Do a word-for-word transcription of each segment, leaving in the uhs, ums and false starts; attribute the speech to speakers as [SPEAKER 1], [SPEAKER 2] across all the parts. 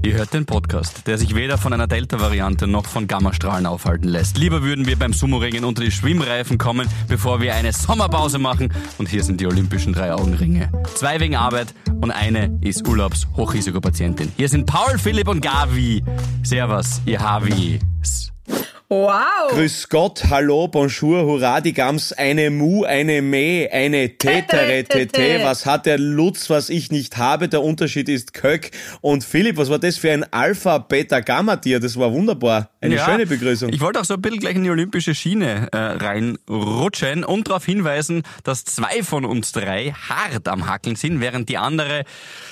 [SPEAKER 1] Ihr hört den Podcast, der sich weder von einer Delta-Variante noch von Gammastrahlen aufhalten lässt. Lieber würden wir beim Sumo-Ringen unter die Schwimmreifen kommen, bevor wir eine Sommerpause machen. Und hier sind die olympischen Drei-Augen-Ringe. Zwei wegen Arbeit und eine ist Urlaubs-Hochrisikopatientin. Hier sind Paul, Philipp und Gavi. Servus, ihr Havis.
[SPEAKER 2] Wow!
[SPEAKER 3] Grüß Gott, hallo, bonjour, hurra, die Gams, eine Mu, eine Me, eine Tetere, Tete. Was hat der Lutz, was ich nicht habe? Der Unterschied ist Kök. Und Philipp, was war das für ein Alpha, Beta, Gamma-Tier? Das war wunderbar. Eine
[SPEAKER 1] ja,
[SPEAKER 3] schöne Begrüßung.
[SPEAKER 1] Ich wollte auch so ein bisschen gleich in die olympische Schiene äh, reinrutschen und darauf hinweisen, dass zwei von uns drei hart am Hackeln sind, während die andere...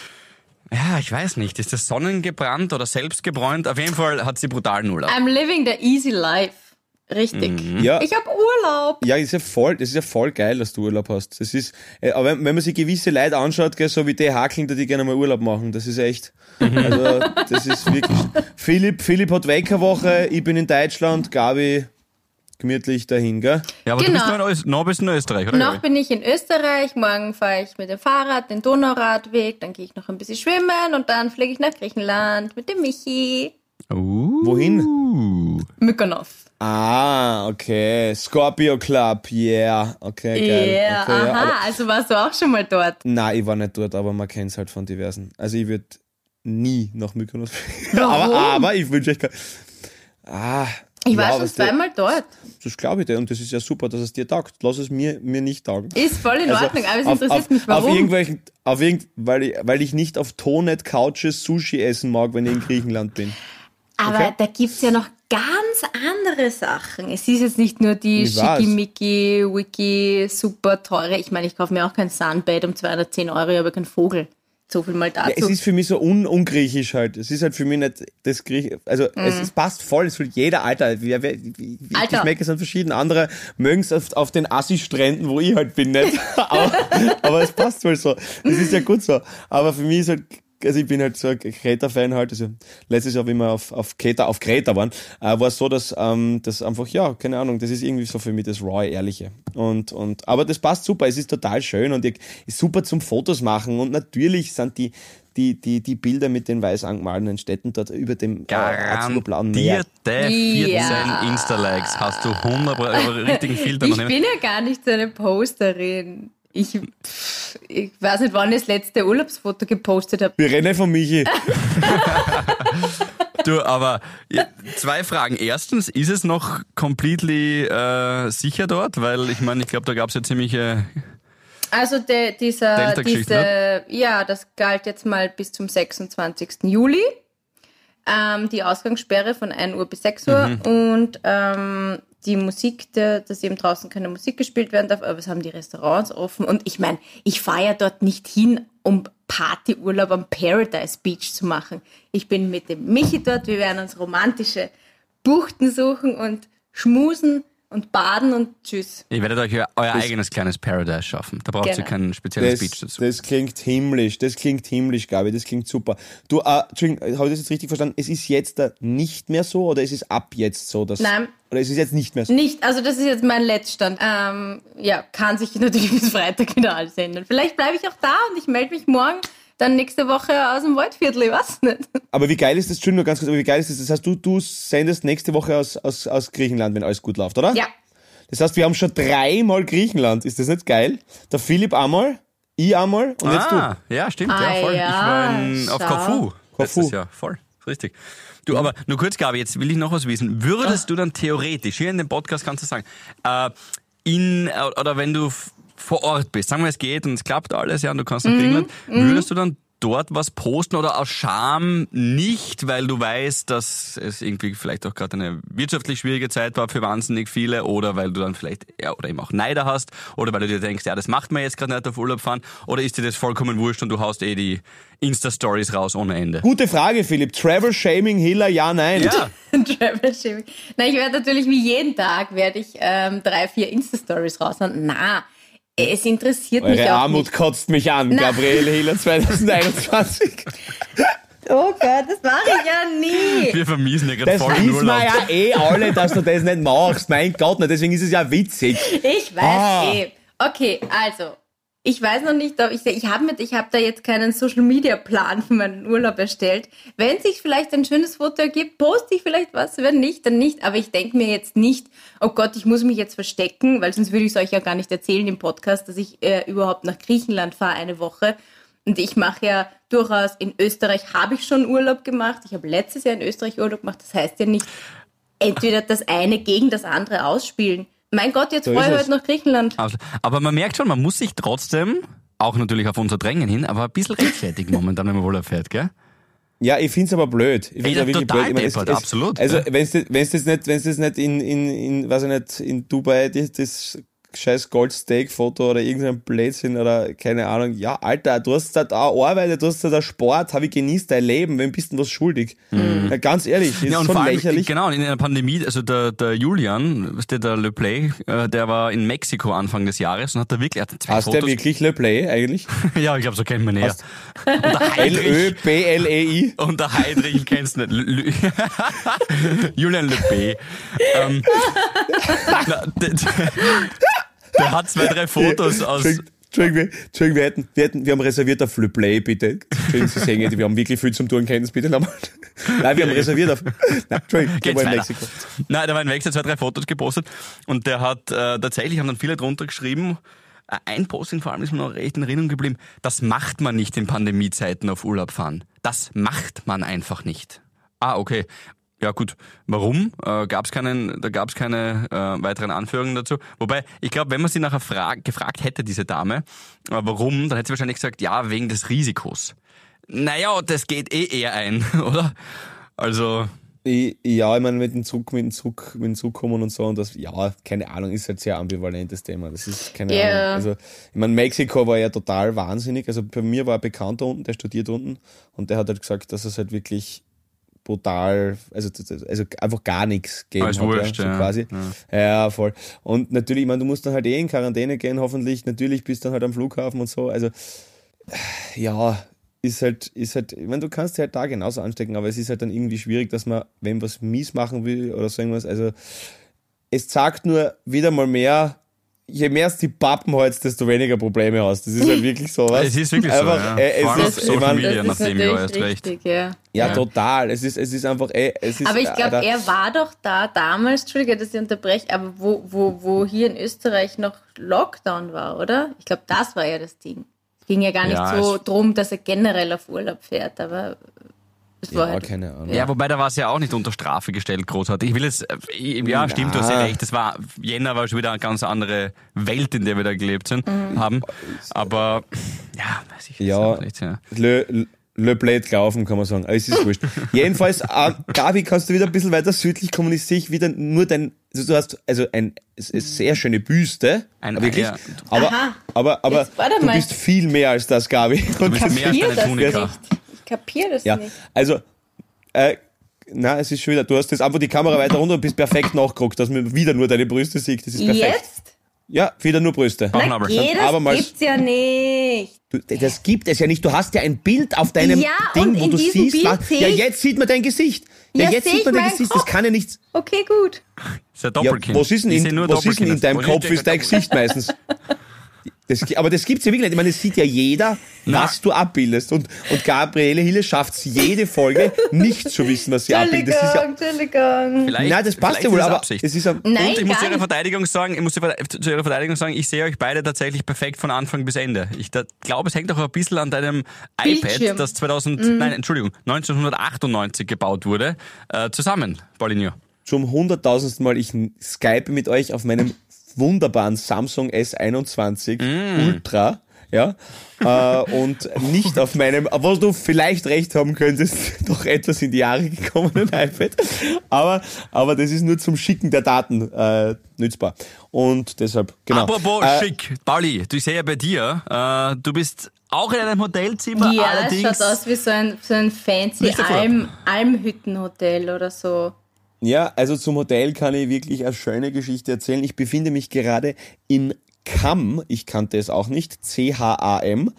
[SPEAKER 1] Ja, ich weiß nicht. Ist das sonnengebrannt oder selbstgebräunt? Auf jeden Fall hat sie brutalen Urlaub.
[SPEAKER 2] I'm living the easy life. Richtig.
[SPEAKER 3] Mhm. Ja.
[SPEAKER 2] Ich habe Urlaub.
[SPEAKER 3] Ja, ist ja voll, das ist ja voll geil, dass du Urlaub hast. Das ist, äh, aber wenn, wenn man sich gewisse Leute anschaut, gell, so wie die hackeln, die gerne mal Urlaub machen, das ist echt, also, das ist wirklich, Philipp, Philipp hat Weckerwoche, ich bin in Deutschland, Gabi, gemütlich dahin, gell?
[SPEAKER 1] Ja, aber
[SPEAKER 2] Genau.
[SPEAKER 1] du bist noch in, Öst- noch bist du in Österreich, oder?
[SPEAKER 2] Noch bin ich in Österreich. Morgen fahre ich mit dem Fahrrad den Donauradweg. Dann gehe ich noch ein bisschen schwimmen und dann fliege ich nach Griechenland mit dem Michi.
[SPEAKER 1] Uh.
[SPEAKER 3] Wohin?
[SPEAKER 2] Mykonos.
[SPEAKER 3] Ah, okay. Scorpio Club, yeah. Okay, geil.
[SPEAKER 2] Yeah,
[SPEAKER 3] okay, ja,
[SPEAKER 2] aha.
[SPEAKER 3] aber,
[SPEAKER 2] Also warst du auch schon mal dort?
[SPEAKER 3] nein, ich war nicht dort, aber man kennt es halt von diversen. Also ich würde nie nach Mykonos fliegen.
[SPEAKER 2] Warum?
[SPEAKER 3] aber, aber ich wünsche euch... ke- Ah,
[SPEAKER 2] Ich war
[SPEAKER 3] ja,
[SPEAKER 2] schon
[SPEAKER 3] was der-
[SPEAKER 2] zweimal dort.
[SPEAKER 3] Das glaube ich dir und das ist ja super, dass es dir taugt. Lass es mir, mir nicht taugen.
[SPEAKER 2] Ist voll in
[SPEAKER 3] Also,
[SPEAKER 2] Ordnung, aber es
[SPEAKER 3] auf,
[SPEAKER 2] interessiert
[SPEAKER 3] auf,
[SPEAKER 2] mich, warum.
[SPEAKER 3] Auf irgendwelchen, auf irgend, weil, ich, weil ich nicht auf Tonet-Couches Sushi essen mag, wenn ich in Griechenland bin.
[SPEAKER 2] Aber
[SPEAKER 3] Okay.
[SPEAKER 2] da gibt's ja noch ganz andere Sachen. Es ist jetzt nicht nur die
[SPEAKER 3] Ich weiß.
[SPEAKER 2] Schickimicki, Wiki, super teure. Ich meine, ich kaufe mir auch kein Sunbed um zweihundertzehn Euro, ich habe keinen Vogel. So viel mal dazu.
[SPEAKER 3] Ja, es ist für mich so un ungriechisch halt. Es ist halt für mich nicht das Griech. Also es, es passt voll, es will jeder Alter. Wie, wie, wie, wie,
[SPEAKER 2] Alter.
[SPEAKER 3] Die Geschmäcker sind verschieden. Andere mögen es auf, auf den Assi-Stränden, wo ich halt bin, nicht. aber, aber es passt wohl so. Das ist ja gut so. Aber für mich ist halt, also ich bin halt so ein Kreta-Fan halt. Also letztes Jahr, wie wir auf, auf Kreta, auf Kreta waren, äh, war es so, dass ähm, das einfach, ja, keine Ahnung, das ist irgendwie so für mich das Raw, Ehrliche. Und, und, aber das passt super, es ist total schön und ich, ist super zum Fotos machen und natürlich sind die, die, die, die Bilder mit den weiß angemalten Städten dort über dem äh, azurblauen Meer.
[SPEAKER 1] Garantierte vierzehn
[SPEAKER 2] Ja.
[SPEAKER 1] Insta-Likes hast du hundert Prozent richtigen Filter noch
[SPEAKER 2] Ich
[SPEAKER 1] nicht.
[SPEAKER 2] bin ja gar nicht so eine Posterin. Ich, pff, ich weiß nicht, wann ich das letzte Urlaubsfoto gepostet habe.
[SPEAKER 3] Wir rennen von Michi.
[SPEAKER 1] Du, aber ja, zwei Fragen. Erstens, ist es noch completely äh, sicher dort? Weil ich meine, ich glaube, da gab es ja ziemliche...
[SPEAKER 2] Also de, dieser,
[SPEAKER 1] Delta-Geschichte,
[SPEAKER 2] diese, ja, das galt jetzt mal bis zum sechsundzwanzigsten Juli. Ähm, die Ausgangssperre von ein Uhr bis sechs Uhr und ähm, die Musik, der, dass eben draußen keine Musik gespielt werden darf, aber es haben die Restaurants offen. Und ich meine, ich fahre ja dort nicht hin, um Partyurlaub am Paradise Beach zu machen. Ich bin mit dem Michi dort, wir werden uns romantische Buchten suchen und schmusen und baden und tschüss.
[SPEAKER 1] Ihr werdet euch euer, euer eigenes kleines Paradise schaffen. Da braucht ihr
[SPEAKER 2] Genau.
[SPEAKER 1] kein spezielles Beach
[SPEAKER 3] Das,
[SPEAKER 1] dazu.
[SPEAKER 3] das klingt himmlisch, das klingt himmlisch, Gabi, das klingt super. Du, äh, Entschuldigung, habe ich das jetzt richtig verstanden? Es ist jetzt da nicht mehr so oder es ist ab jetzt so? Dass,
[SPEAKER 2] Nein.
[SPEAKER 3] Oder es ist jetzt nicht mehr so?
[SPEAKER 2] Nicht, also das ist jetzt mein Letztstand. Ähm, ja, kann sich natürlich bis Freitag wieder alles ändern. Vielleicht bleibe ich auch da und ich melde mich morgen dann nächste Woche aus dem Waldviertel, ich weiß nicht.
[SPEAKER 3] Aber wie geil ist das, Entschuldigung, nur ganz kurz, aber wie geil ist das? Das heißt, du, du sendest nächste Woche aus, aus, aus Griechenland, wenn alles gut läuft, oder?
[SPEAKER 2] Ja,
[SPEAKER 3] Das heißt, wir haben schon dreimal Griechenland. Ist das nicht geil? Der Philipp einmal, ich einmal und jetzt
[SPEAKER 1] ah, ja, stimmt,
[SPEAKER 2] Ah,
[SPEAKER 1] ja, voll.
[SPEAKER 2] ja,
[SPEAKER 1] ich war in, auf
[SPEAKER 2] schau.
[SPEAKER 1] Korfu.
[SPEAKER 3] Korfu.
[SPEAKER 1] Letztes Jahr, voll. Richtig. Du, aber nur kurz, Gabi, jetzt will ich noch was wissen. Würdest du dann theoretisch, hier in dem Podcast kannst du sagen, äh, in, oder wenn du f- vor Ort bist, sagen wir, es geht und es klappt alles, ja, und du kannst nach Griechenland, würdest du dann dort was posten oder aus Scham nicht, weil du weißt, dass es irgendwie vielleicht auch gerade eine wirtschaftlich schwierige Zeit war für wahnsinnig viele oder weil du dann vielleicht, ja, oder eben auch Neider hast oder weil du dir denkst, ja, das macht man jetzt gerade nicht auf Urlaub fahren oder ist dir das vollkommen wurscht und du haust eh die Insta-Stories raus ohne Ende?
[SPEAKER 3] Gute Frage, Philipp. Travel Shaming, Hiller, ja, nein.
[SPEAKER 1] Ja,
[SPEAKER 2] Travel Shaming. Na, ich werde natürlich wie jeden Tag werde ich ähm, drei, vier Insta-Stories raushauen. Na, es interessiert mich
[SPEAKER 3] Eure
[SPEAKER 2] auch
[SPEAKER 3] Armut
[SPEAKER 2] nicht.
[SPEAKER 3] kotzt mich an,
[SPEAKER 2] Na.
[SPEAKER 3] Gabriele Hiller zwanzig einundzwanzig.
[SPEAKER 2] Oh Gott, das mache ich ja nie.
[SPEAKER 1] wir vermiesen ja gerade
[SPEAKER 3] Das
[SPEAKER 1] voll den
[SPEAKER 3] wissen wir
[SPEAKER 1] Urlaub.
[SPEAKER 3] ja eh alle, dass du das nicht machst. Mein Gott, na, deswegen ist es ja witzig.
[SPEAKER 2] Ich weiß
[SPEAKER 3] Ah.
[SPEAKER 2] eh. Okay, also, Ich weiß noch nicht, ob ich, ich habe mit, ich habe da jetzt keinen Social-Media-Plan für meinen Urlaub erstellt. Wenn sich vielleicht ein schönes Foto ergibt, poste ich vielleicht was, wenn nicht, dann nicht. Aber ich denke mir jetzt nicht, oh Gott, ich muss mich jetzt verstecken, weil sonst würde ich es euch ja gar nicht erzählen im Podcast, dass ich äh, überhaupt nach Griechenland fahre eine Woche. Und ich mache ja durchaus, in Österreich habe ich schon Urlaub gemacht. Ich habe letztes Jahr in Österreich Urlaub gemacht. Das heißt ja nicht, entweder das eine gegen das andere ausspielen. Mein Gott, jetzt
[SPEAKER 3] So
[SPEAKER 2] fahre ich
[SPEAKER 3] ist
[SPEAKER 2] heute
[SPEAKER 3] es.
[SPEAKER 2] nach Griechenland.
[SPEAKER 1] Also, aber man merkt schon, man muss sich trotzdem, auch natürlich auf unser Drängen hin, aber ein bisschen rechtfertigen momentan, wenn man Urlaub fährt, gell?
[SPEAKER 3] Ja, ich find's aber blöd. Ich find's
[SPEAKER 1] Ja,
[SPEAKER 3] ja wirklich
[SPEAKER 1] total
[SPEAKER 3] blöd. Ich mein,
[SPEAKER 1] deppert, absolut,
[SPEAKER 3] Also,
[SPEAKER 1] ja.
[SPEAKER 3] wenn's das, wenn's das nicht, wenn's das nicht in, in, in, weiß ich nicht, in Dubai, das, das scheiß Goldsteak-Foto oder irgendein Blödsinn oder keine Ahnung. Ja, Alter, du hast da da Arbeit, du hast da da Sport, habe ich genießt dein Leben, wem bist du was schuldig? Mhm. Ja, ganz ehrlich, das
[SPEAKER 1] Ja,
[SPEAKER 3] ist
[SPEAKER 1] und
[SPEAKER 3] schon
[SPEAKER 1] vor allem,
[SPEAKER 3] lächerlich.
[SPEAKER 1] genau, in der Pandemie, also der, der Julian, weißt du, der Le Play, äh, der war in Mexiko Anfang des Jahres und hat da wirklich, er hat zwei
[SPEAKER 3] Hast
[SPEAKER 1] Fotos.
[SPEAKER 3] der wirklich Le Play eigentlich?
[SPEAKER 1] Ja, ich glaube, so kennt man ihn ja.
[SPEAKER 3] Hast-
[SPEAKER 1] Und der
[SPEAKER 3] L Ö
[SPEAKER 1] Heidrich,
[SPEAKER 3] B L E I.
[SPEAKER 1] und der Heidrich kennst du nicht. Lü- Lü- Julian Le Play. Ähm, na, der, der hat zwei, drei Fotos aus...
[SPEAKER 3] Entschuldigung, Entschuldigung, wir- Entschuldigung, wir, hätten, wir, hätten, wir haben reserviert auf Le Play, bitte. Entschuldigung, Sie sehen nicht, wir haben wirklich viel zum Tun, kennen Sie bitte nochmal. Nein, wir haben reserviert auf... Nein, Entschuldigung, der
[SPEAKER 1] Geht's
[SPEAKER 3] war in
[SPEAKER 1] weiter?
[SPEAKER 3] Mexiko.
[SPEAKER 1] Nein, der war in Mexiko, zwei, drei Fotos gepostet und der hat äh, tatsächlich, haben dann viele drunter geschrieben, äh, ein Posting vor allem ist mir noch recht in Erinnerung geblieben, das macht man nicht in Pandemiezeiten auf Urlaub fahren. Das macht man einfach nicht. Ah, okay. Ja gut, warum? Äh, gab's keinen, da gab es keine äh, weiteren Anführungen dazu. Wobei, ich glaube, wenn man sie nachher fra- gefragt hätte, diese Dame, äh, warum, dann hätte sie wahrscheinlich gesagt, ja, wegen des Risikos. Naja, das geht eh eher ein, oder? Also...
[SPEAKER 3] Ich, ja, ich meine, mit dem Zug, mit dem Zug, mit dem Zug kommen und so und das, ja, keine Ahnung, ist halt sehr ambivalentes Thema. Das ist keine
[SPEAKER 2] Ja.
[SPEAKER 3] Ahnung. Also, ich meine, Mexiko war ja total wahnsinnig. Also bei mir war ein Bekannter unten, der studiert unten und der hat halt gesagt, dass es halt wirklich brutal, also, also einfach gar nichts gegeben
[SPEAKER 1] Alles
[SPEAKER 3] hat,
[SPEAKER 1] wurscht,
[SPEAKER 3] ja, so
[SPEAKER 1] ja.
[SPEAKER 3] quasi. Ja. ja, voll. Und natürlich, ich meine, du musst dann halt eh in Quarantäne gehen, hoffentlich. Natürlich bist du dann halt am Flughafen und so. Also, ja, ist halt, ist halt, ich meine, du kannst dich halt da genauso anstecken, aber es ist halt dann irgendwie schwierig, dass man, wenn was mies machen will oder so irgendwas, also es sagt nur wieder mal mehr, je mehr es die Pappen holst, desto weniger Probleme hast. Das ist halt wirklich so, was?
[SPEAKER 1] Es ist wirklich so, ja.
[SPEAKER 3] äh, es
[SPEAKER 1] Vor allem
[SPEAKER 3] ist,
[SPEAKER 1] auf Social
[SPEAKER 3] ich mein,
[SPEAKER 1] Media.
[SPEAKER 2] Das ist
[SPEAKER 1] nachdem, ja,
[SPEAKER 2] natürlich
[SPEAKER 1] hast recht.
[SPEAKER 2] richtig, ja.
[SPEAKER 3] ja,
[SPEAKER 1] Ja.
[SPEAKER 3] total. Es ist, es ist einfach, ey, es ist,
[SPEAKER 2] Aber ich glaube,
[SPEAKER 3] äh, da-
[SPEAKER 2] er war doch da damals, Entschuldige, dass ich unterbreche, aber wo, wo, wo hier in Österreich noch Lockdown war, oder? Ich glaube, das war ja das Ding. Es ging ja gar nicht
[SPEAKER 1] Ja,
[SPEAKER 2] so
[SPEAKER 1] es-
[SPEAKER 2] drum, dass er generell auf Urlaub fährt, aber es war
[SPEAKER 3] ja,
[SPEAKER 2] halt.
[SPEAKER 3] keine Ahnung.
[SPEAKER 1] Ja, wobei da war es ja auch nicht unter Strafe gestellt, großartig. Ich will jetzt, äh, ja, stimmt, du hast ja
[SPEAKER 3] Na.
[SPEAKER 1] recht. Das war, Jänner war schon wieder eine ganz andere Welt, in der wir da gelebt sind, haben. Aber, ja, weiß ich
[SPEAKER 3] Ja.
[SPEAKER 1] auch nicht, ja.
[SPEAKER 3] Le, Le Blade laufen, kann man sagen. Aber es ist wurscht. Jedenfalls, äh, Gabi, kannst du wieder ein bisschen weiter südlich kommen? Ich sehe wieder nur dein, also du hast also ein, es ist sehr schöne Büste.
[SPEAKER 1] Ein-
[SPEAKER 3] wirklich.
[SPEAKER 1] ja.
[SPEAKER 3] Aber,
[SPEAKER 2] Aha.
[SPEAKER 3] aber, aber
[SPEAKER 2] Jetzt warte
[SPEAKER 3] du
[SPEAKER 2] mal.
[SPEAKER 3] bist viel mehr als das, Gabi.
[SPEAKER 1] Du bist mehr als
[SPEAKER 2] kapier
[SPEAKER 1] deine
[SPEAKER 2] das
[SPEAKER 1] Tunika.
[SPEAKER 2] nicht. Ich kapiere das
[SPEAKER 3] Ja,
[SPEAKER 2] nicht.
[SPEAKER 3] also, äh, na, es ist schon wieder, du hast jetzt einfach die Kamera weiter runter und bist perfekt nachgeguckt, dass man wieder nur deine Brüste sieht. Das ist perfekt.
[SPEAKER 2] Jetzt?
[SPEAKER 3] Ja, wieder nur Brüste.
[SPEAKER 1] Na,
[SPEAKER 2] Na,
[SPEAKER 1] aber-
[SPEAKER 2] geh, das
[SPEAKER 3] abermals-
[SPEAKER 2] gibt's ja nicht.
[SPEAKER 3] Du, das gibt es ja nicht. Du hast ja ein Bild auf deinem
[SPEAKER 2] Ja,
[SPEAKER 3] Ding,
[SPEAKER 2] und
[SPEAKER 3] wo
[SPEAKER 2] in
[SPEAKER 3] du
[SPEAKER 2] diesem
[SPEAKER 3] siehst,
[SPEAKER 2] Bild
[SPEAKER 3] was,
[SPEAKER 2] seh
[SPEAKER 3] ja,
[SPEAKER 2] ich-
[SPEAKER 3] jetzt sieht man dein Gesicht. Ja,
[SPEAKER 2] Ja,
[SPEAKER 3] jetzt
[SPEAKER 2] seh
[SPEAKER 3] sieht
[SPEAKER 2] ich
[SPEAKER 3] man dein
[SPEAKER 2] meinen
[SPEAKER 3] Gesicht. Das
[SPEAKER 2] Kopf.
[SPEAKER 3] kann ja nichts.
[SPEAKER 2] Okay, gut.
[SPEAKER 1] Das ist ein
[SPEAKER 3] Ja,
[SPEAKER 1] Doppelkind.
[SPEAKER 3] was ist denn
[SPEAKER 1] Ich
[SPEAKER 3] in,
[SPEAKER 1] seh nur
[SPEAKER 3] was ist denn in
[SPEAKER 1] Doppelkind.
[SPEAKER 3] deinem
[SPEAKER 1] Und
[SPEAKER 3] Kopf?
[SPEAKER 1] ich
[SPEAKER 3] Ist dein
[SPEAKER 1] denke,
[SPEAKER 3] Gesicht meistens. Das, aber das gibt's ja wirklich nicht. Ich meine, es sieht ja jeder,
[SPEAKER 1] Na.
[SPEAKER 3] was du abbildest. Und, und Gabriele Hille schafft es jede Folge nicht zu wissen, was sie abbildet. Das ist ja,
[SPEAKER 2] Entschuldigung.
[SPEAKER 1] Vielleicht,
[SPEAKER 3] nein, das passt
[SPEAKER 1] vielleicht
[SPEAKER 3] ja wohl,
[SPEAKER 1] ist es
[SPEAKER 3] aber
[SPEAKER 1] Absicht.
[SPEAKER 3] es ist am,
[SPEAKER 2] Nein,
[SPEAKER 1] Und ich muss
[SPEAKER 2] gar
[SPEAKER 1] zu ihrer
[SPEAKER 2] nicht.
[SPEAKER 1] Verteidigung sagen, ich muss zu ihrer Verteidigung sagen, ich sehe euch beide tatsächlich perfekt von Anfang bis Ende. Ich da, glaube, es hängt auch ein bisschen an deinem
[SPEAKER 2] Bildschirm.
[SPEAKER 1] iPad, das zweitausend, nein, Entschuldigung, neunzehnhundertachtundneunzig gebaut wurde, äh, zusammen, Paulinho.
[SPEAKER 3] zum hunderttausendsten Mal, ich skype mit euch auf meinem wunderbaren Samsung S einundzwanzig Ultra, ja, äh, und nicht auf meinem, wo du vielleicht recht haben könntest, doch etwas in die Jahre gekommenen iPad, aber, aber das ist nur zum Schicken der Daten äh, nützbar und deshalb, genau.
[SPEAKER 1] Apropos
[SPEAKER 3] Äh,
[SPEAKER 1] schick, Pauli, du, ich sehe ja bei dir, äh, du bist auch in einem Hotelzimmer,
[SPEAKER 2] Ja, es
[SPEAKER 1] allerdings...
[SPEAKER 2] schaut aus wie so ein, so ein fancy
[SPEAKER 1] Nicht davor.
[SPEAKER 2] Alm, Almhüttenhotel oder so.
[SPEAKER 3] Ja, also zum Hotel kann ich wirklich eine schöne Geschichte erzählen. Ich befinde mich gerade in Cham, ich kannte es auch nicht, C H A M,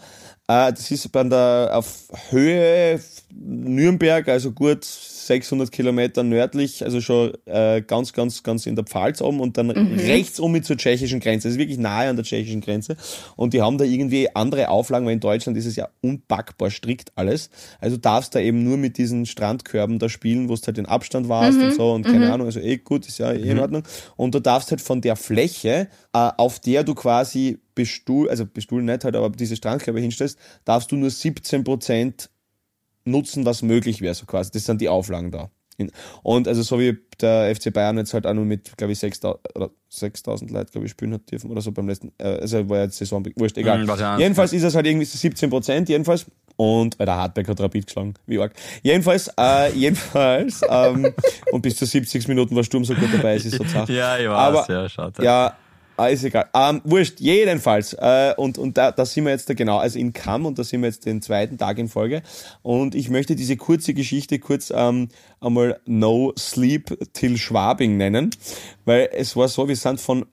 [SPEAKER 3] Äh, das ist bei der, auf Höhe Nürnberg, also gut sechshundert Kilometer nördlich, also schon äh, ganz, ganz, ganz in der Pfalz oben und dann mhm. rechts um mit zur tschechischen Grenze. Das ist wirklich nahe an der tschechischen Grenze. Und die haben da irgendwie andere Auflagen, weil in Deutschland ist es ja unpackbar strikt alles. Also du darfst da eben nur mit diesen Strandkörben da spielen, wo du halt den Abstand warst mhm. und so und keine mhm. Ahnung, also eh gut, ist ja eh in Ordnung. Und du darfst halt von der Fläche, äh, auf der du quasi bestuhl, also bestuhlen nicht halt, aber diese Strandkörbe hinstellst, darfst du nur siebzehn Prozent nutzen, was möglich wäre, so quasi. Das sind die Auflagen da. Und also so wie der F C Bayern jetzt halt auch nur mit, glaube ich, sechstausend Leute, glaube ich, spielen hat dürfen oder so beim letzten, äh, also war ja jetzt Saison, wurscht, egal. Mhm, jedenfalls ist es halt irgendwie so siebzehn Prozent, jedenfalls. Und äh, der Hartberg hat Rapid geschlagen, wie arg. Jedenfalls, äh, jedenfalls, ähm, und bis zu siebzig Minuten war Sturm so gut dabei, es ist so zart.
[SPEAKER 1] Ja, ich weiß,
[SPEAKER 3] aber,
[SPEAKER 1] ja, schade.
[SPEAKER 3] Ja, Ah, ist egal. Ähm, wurscht, jedenfalls. Äh, und und da, da sind wir jetzt da genau, also in Kamm und da sind wir jetzt den zweiten Tag in Folge. Und ich möchte diese kurze Geschichte kurz ähm, einmal No Sleep Till Schwabing nennen, weil es war so, wir sind von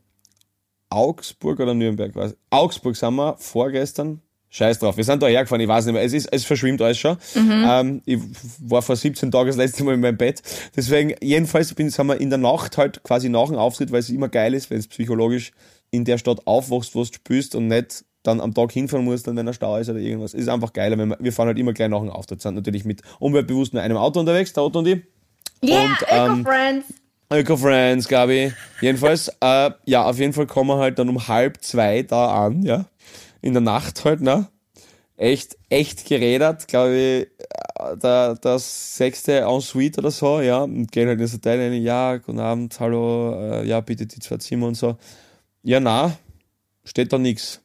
[SPEAKER 3] Augsburg oder Nürnberg, was? Augsburg sind wir vorgestern. Scheiß drauf, wir sind da hergefahren, ich weiß nicht mehr, es ist, es verschwimmt alles schon. Mhm. Ähm, ich war vor siebzehn Tagen das letzte Mal in meinem Bett. Deswegen, jedenfalls bin, sind wir in der Nacht halt quasi nach dem Auftritt, weil es immer geil ist, wenn es psychologisch in der Stadt aufwachst, wo du spürst und nicht dann am Tag hinfahren musst, dann wenn er Stau ist oder irgendwas. Es ist einfach geiler, wenn wir, wir fahren halt immer gleich nach dem Auftritt, sind natürlich mit umweltbewusst nur einem Auto unterwegs, der Otto und ich.
[SPEAKER 2] Yeah,
[SPEAKER 3] und, ähm,
[SPEAKER 2] Eco-Friends.
[SPEAKER 3] Eco-Friends, Gabi. Jedenfalls, äh, ja, auf jeden Fall kommen wir halt dann um halb zwei da an, ja. In der Nacht halt, ne? Echt, echt gerädert, glaube ich, der, das sechste en suite oder so, ja. Und gehen halt in das Hotel rein, ja, guten Abend, hallo, äh, ja, bitte die zwei Zimmer und so. Ja, na, steht da nix.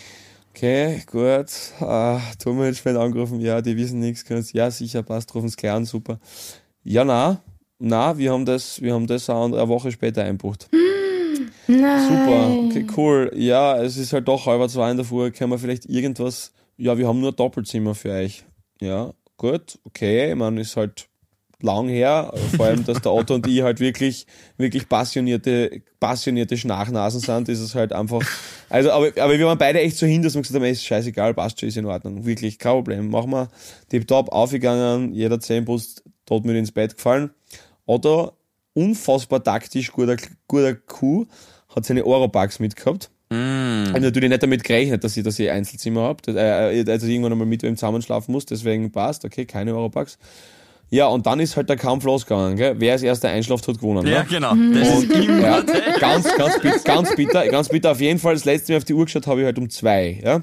[SPEAKER 3] Okay, gut, äh, tun wir jetzt schnell angerufen, ja, die wissen nichts, ja, sicher, passt, rufen es gleich an, super. Ja, na, na, wir haben das, wir haben das auch eine Woche später einbucht.
[SPEAKER 2] Nein.
[SPEAKER 3] Super, okay, cool. Ja, es ist halt doch halb zwei in der Früh. Können wir vielleicht irgendwas... Ja, wir haben nur ein Doppelzimmer für euch. Ja, gut, okay. Ich meine, ist halt lang her. Vor allem, dass der Otto und ich halt wirklich, wirklich passionierte, passionierte Schnachnasen sind, ist es halt einfach... Also, aber, aber wir waren beide echt so hin, dass wir gesagt haben, ey, ist scheißegal, passt schon, ist in Ordnung. Wirklich, kein Problem. Machen wir tipptopp, aufgegangen, jeder Zähneputz, tot mit ins Bett gefallen. Otto, unfassbar taktisch, guter, guter Kuh, hat seine Oropax mitgehabt. Mm. Ich habe natürlich nicht damit gerechnet, dass ich, dass ich Einzelzimmer habe, dass, äh, dass ich irgendwann einmal mit wem zusammenschlafen muss, deswegen passt, okay, keine Oropax. Ja, und dann ist halt der Kampf losgegangen, gell? Wer als erster einschlaft, hat gewonnen.
[SPEAKER 1] Ja,
[SPEAKER 3] ne?
[SPEAKER 1] genau. Das
[SPEAKER 3] Und,
[SPEAKER 1] ist immer
[SPEAKER 3] ja, ganz, ganz, bitter, ganz bitter, ganz bitter. Auf jeden Fall, das letzte Mal auf die Uhr geschaut habe ich halt um zwei, ja.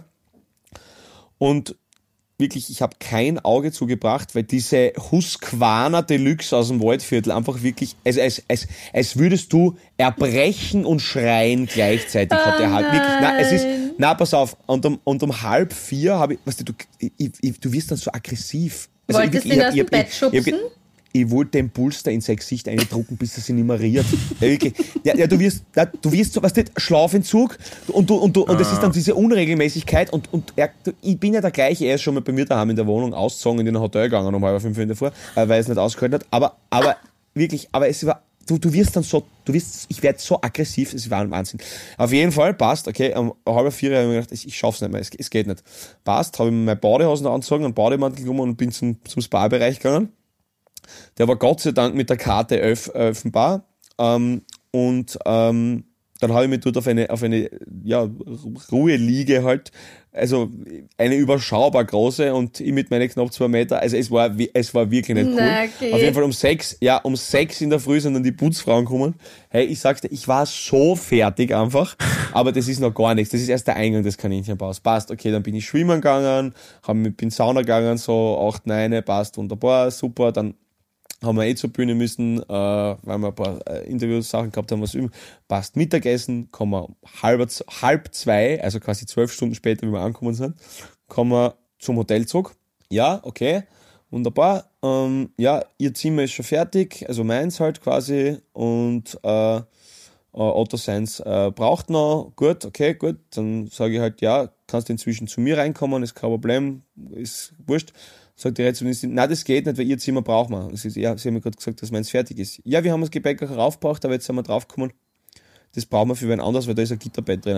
[SPEAKER 3] Und wirklich, ich habe kein Auge zugebracht, weil diese Husqvarna Deluxe aus dem Waldviertel einfach wirklich, also als, als, als würdest du erbrechen und schreien gleichzeitig.
[SPEAKER 2] Oh
[SPEAKER 3] hat der halt wirklich, nein, es ist,
[SPEAKER 2] nein.
[SPEAKER 3] na pass auf, und um, und um halb vier habe ich, weißt du, du, ich, ich, du wirst dann so aggressiv. Also
[SPEAKER 2] Wolltest
[SPEAKER 3] ich,
[SPEAKER 2] du ihn
[SPEAKER 3] ich,
[SPEAKER 2] aus
[SPEAKER 3] ich,
[SPEAKER 2] dem Bett
[SPEAKER 3] ich,
[SPEAKER 2] schubsen?
[SPEAKER 3] ich, ich wollte den Pulster in sein Gesicht eindrucken, bis er sich nicht mehr rührt. Ja, wirklich. Ja, ja, du wirst, ja, du wirst so, weißt du, Schlafentzug und du, und du, und es ist dann diese Unregelmäßigkeit und, und er, ich bin ja der gleiche, er ist schon mal bei mir daheim in der Wohnung ausgezogen, in den Hotel gegangen um halb fünf in der Früh, weil er es nicht ausgehalten hat, aber, aber, wirklich, aber es war, du, du wirst dann so, du wirst, ich werde so aggressiv, es war ein Wahnsinn. Auf jeden Fall, passt, okay, um halb vier habe ich mir gedacht, ich, ich schaff's nicht mehr, es, es geht nicht. Passt, habe ich mir meine Badehosen angezogen, einen Bademantel genommen und bin zum, zum Spa-Bereich gegangen. Der war Gott sei Dank mit der Karte öff, öffnbar. Ähm, und ähm, dann habe ich mich dort auf eine, auf eine ja, Ruheliege halt, also eine überschaubar große und ich mit meinen knapp zwei Meter, also es war, es war wirklich nicht cool.
[SPEAKER 2] Na, okay.
[SPEAKER 3] Auf jeden Fall um sechs, ja, um sechs in der Früh sind dann die Putzfrauen gekommen. Hey, ich sag's dir, ich war so fertig einfach, aber das ist noch gar nichts, das ist erst der Eingang des Kaninchenbaus. Passt, okay, dann bin ich schwimmen gegangen, hab mit, bin Sauna gegangen, so acht, neun, passt, wunderbar, super, dann haben wir eh zur Bühne müssen, äh, weil wir ein paar äh, Interviews-Sachen gehabt haben, was üben. Passt, Mittagessen, kommen wir halb, halb zwei, also quasi zwölf Stunden später, wie wir angekommen sind, kommen wir zum Hotel zurück. Ja, okay, wunderbar. Ähm, ja, ihr Zimmer ist schon fertig, also meins halt quasi, und äh, äh, Otto seins äh, braucht noch. Gut, okay, gut. Dann sage ich halt, ja, kannst inzwischen zu mir reinkommen, ist kein Problem, ist wurscht. Sagt die Rezeptionistin, nein, das geht nicht, weil ihr Zimmer braucht man. Ja, sie haben mir gerade gesagt, dass meins fertig ist. Ja, wir haben das Gepäck auch raufgebracht, aber jetzt sind wir draufgekommen, das brauchen wir für wen anders, weil da ist ein Gitterbett drinnen.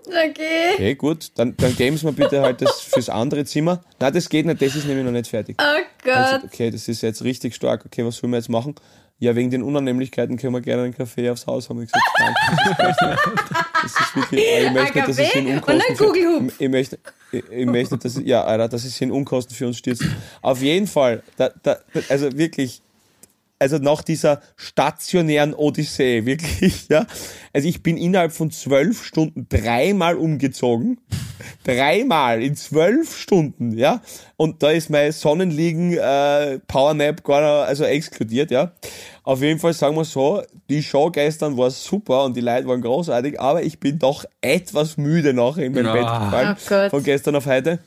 [SPEAKER 2] Okay.
[SPEAKER 3] Okay, gut. Dann, dann geben Sie mir bitte halt das fürs andere Zimmer. Nein, das geht nicht, das ist nämlich noch nicht fertig.
[SPEAKER 2] Oh Gott.
[SPEAKER 3] Also, okay, das ist jetzt richtig stark. Okay, was sollen wir jetzt machen? Ja, wegen den Unannehmlichkeiten können wir gerne einen Kaffee aufs Haus haben. Ich gesagt, danke, das, das ist wirklich, ich möchte nicht, dass es in Unkosten
[SPEAKER 2] und ein Kugelhupf.
[SPEAKER 3] Für, ich, ich möchte, ich, ich möchte nicht, dass, ja, Alter, dass es in Unkosten für uns stürzt. Auf jeden Fall, da, da, also wirklich, also nach dieser stationären Odyssee, wirklich, ja. Also ich bin innerhalb von zwölf Stunden dreimal umgezogen. Dreimal in zwölf Stunden, ja. Und da ist mein Sonnenliegen, äh, Powernap gar noch, also exkludiert, ja. Auf jeden Fall sagen wir so, die Show gestern war super und die Leute waren großartig, aber ich bin doch etwas müde nachher in mein
[SPEAKER 1] Ja.
[SPEAKER 3] Bett gefallen.
[SPEAKER 2] Oh Gott.
[SPEAKER 3] Von gestern auf heute.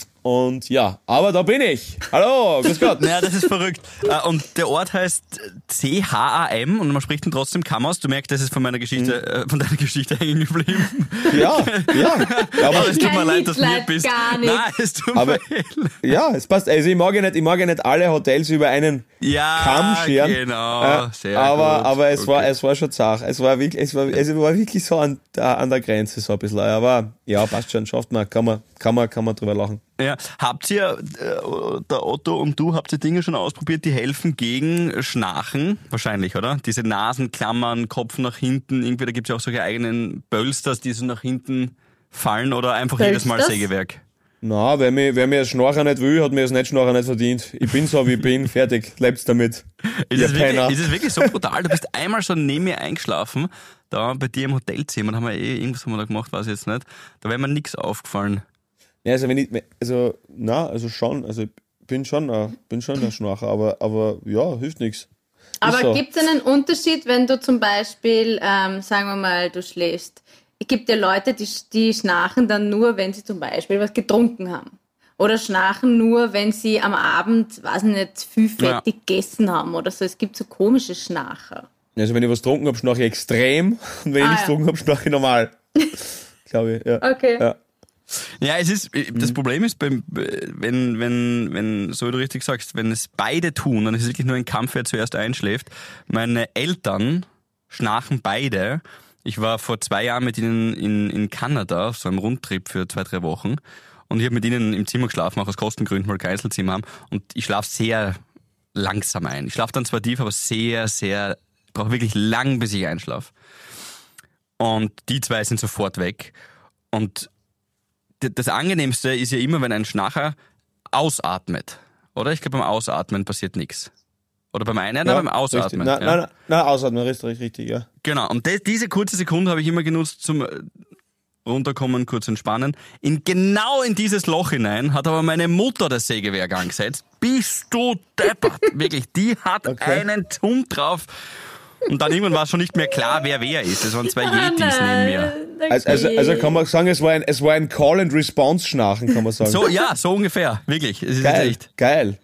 [SPEAKER 3] Und ja, aber da bin ich. Hallo, grüß Gott.
[SPEAKER 1] Naja, das ist verrückt. Äh, Und der Ort heißt C H A M und man spricht ihn trotzdem Kamm aus. Du merkst, das ist von meiner Geschichte, äh, von deiner Geschichte hängen geblieben.
[SPEAKER 3] Ja, ja.
[SPEAKER 1] Aber
[SPEAKER 3] Aber,
[SPEAKER 1] es tut mir
[SPEAKER 2] Kein
[SPEAKER 1] leid, dass du hier
[SPEAKER 2] Mitleid,
[SPEAKER 1] bist.
[SPEAKER 2] gar nicht.
[SPEAKER 1] Nein, es tut
[SPEAKER 3] Aber-
[SPEAKER 1] mir leid.
[SPEAKER 3] ja, es passt. Also ich mag ja nicht, ich mag ja nicht alle Hotels über einen
[SPEAKER 1] Ja,
[SPEAKER 3] Kamm scheren.
[SPEAKER 1] genau.
[SPEAKER 3] Äh,
[SPEAKER 1] Sehr
[SPEAKER 3] aber,
[SPEAKER 1] gut.
[SPEAKER 3] aber es
[SPEAKER 1] Okay.
[SPEAKER 3] war, es war schon zart. Es war wirklich, es war, es war wirklich so an, der- an der Grenze so ein bisschen. Aber ja, passt schon, schafft man, kann man, kann man, kann man drüber lachen.
[SPEAKER 1] Ja. Habt ihr, äh, der Otto und du, habt ihr Dinge schon ausprobiert, die helfen gegen Schnarchen? Wahrscheinlich, oder? Diese Nasenklammern, Kopf nach hinten, irgendwie, da gibt es ja auch solche eigenen Bölsters, die so nach hinten fallen oder einfach jedes Mal
[SPEAKER 2] Bölsters?
[SPEAKER 1] Sägewerk.
[SPEAKER 3] Na, wer mir, wer mir das Schnorcher nicht will, hat mir das nicht Schnorcher nicht verdient. Ich bin so, wie ich bin, fertig, lebt's damit.
[SPEAKER 1] Ist,
[SPEAKER 3] Ihr
[SPEAKER 1] es
[SPEAKER 3] Penner.
[SPEAKER 1] wirklich, ist es wirklich so brutal? Du bist einmal schon neben mir eingeschlafen, da bei dir im Hotelzimmer, da haben wir eh, irgendwas haben wir da gemacht, weiß ich jetzt nicht. Da wäre mir nichts aufgefallen.
[SPEAKER 3] Ja, also wenn ich, also, na, also schon, also ich bin schon, ein, bin schon ein Schnorcher, aber, aber ja, hilft nichts.
[SPEAKER 2] Aber
[SPEAKER 3] so.
[SPEAKER 2] gibt es einen Unterschied, wenn du zum Beispiel, ähm, sagen wir mal, du schläfst? Es gibt ja Leute, die, die schnarchen dann nur, wenn sie zum Beispiel was getrunken haben. Oder schnarchen nur, wenn sie am Abend, weiß nicht, viel fettig
[SPEAKER 1] Ja.
[SPEAKER 2] gegessen haben oder so. Es gibt so komische Schnarcher.
[SPEAKER 3] Also wenn ich was getrunken habe, schnarche ich extrem und wenn ich
[SPEAKER 2] Ah,
[SPEAKER 3] nichts
[SPEAKER 2] ja.
[SPEAKER 3] getrunken habe, schnarche ich normal. Glaube ich, ja.
[SPEAKER 2] Okay.
[SPEAKER 3] Ja.
[SPEAKER 1] Ja, es ist, das Problem ist, beim, wenn, wenn, wenn, so wie du richtig sagst, wenn es beide tun, dann ist es wirklich nur ein Kampf, wer zuerst einschläft. Meine Eltern schnarchen beide. Ich war vor zwei Jahren mit ihnen in, in Kanada auf so einem Rundtrip für zwei, drei Wochen und ich habe mit ihnen im Zimmer geschlafen, auch aus Kostengründen, weil wir kein Einzelzimmer haben und ich schlafe sehr langsam ein. Ich schlafe dann zwar tief, aber sehr, sehr, ich brauche wirklich lang, bis ich einschlafe. Und die zwei sind sofort weg und d- das Angenehmste ist ja immer, wenn ein Schnarcher ausatmet. Oder? Ich glaube, beim Ausatmen passiert nichts. Oder beim Einatmen,
[SPEAKER 3] Ja,
[SPEAKER 1] beim Ausatmen.
[SPEAKER 3] Nein,
[SPEAKER 1] ja.
[SPEAKER 3] nein, nein, nein, ausatmen, richtig, richtig, ja.
[SPEAKER 1] Genau. Und de- diese kurze Sekunde habe ich immer genutzt zum äh, Runterkommen, kurz entspannen. In genau in dieses Loch hinein hat aber meine Mutter das Sägewerk angesetzt. Bist du deppert? Wirklich, die hat
[SPEAKER 3] Okay.
[SPEAKER 1] einen Tumm drauf. Und dann irgendwann war es schon nicht mehr klar, wer wer ist. Es waren zwei
[SPEAKER 2] Oh
[SPEAKER 1] Yetis neben mir.
[SPEAKER 2] Okay.
[SPEAKER 3] Also, also, also kann man sagen, es war ein, es war ein Call-and-Response-Schnarchen, kann man sagen.
[SPEAKER 1] So, ja, so ungefähr. Wirklich. Es ist
[SPEAKER 3] geil,
[SPEAKER 1] echt.
[SPEAKER 3] geil.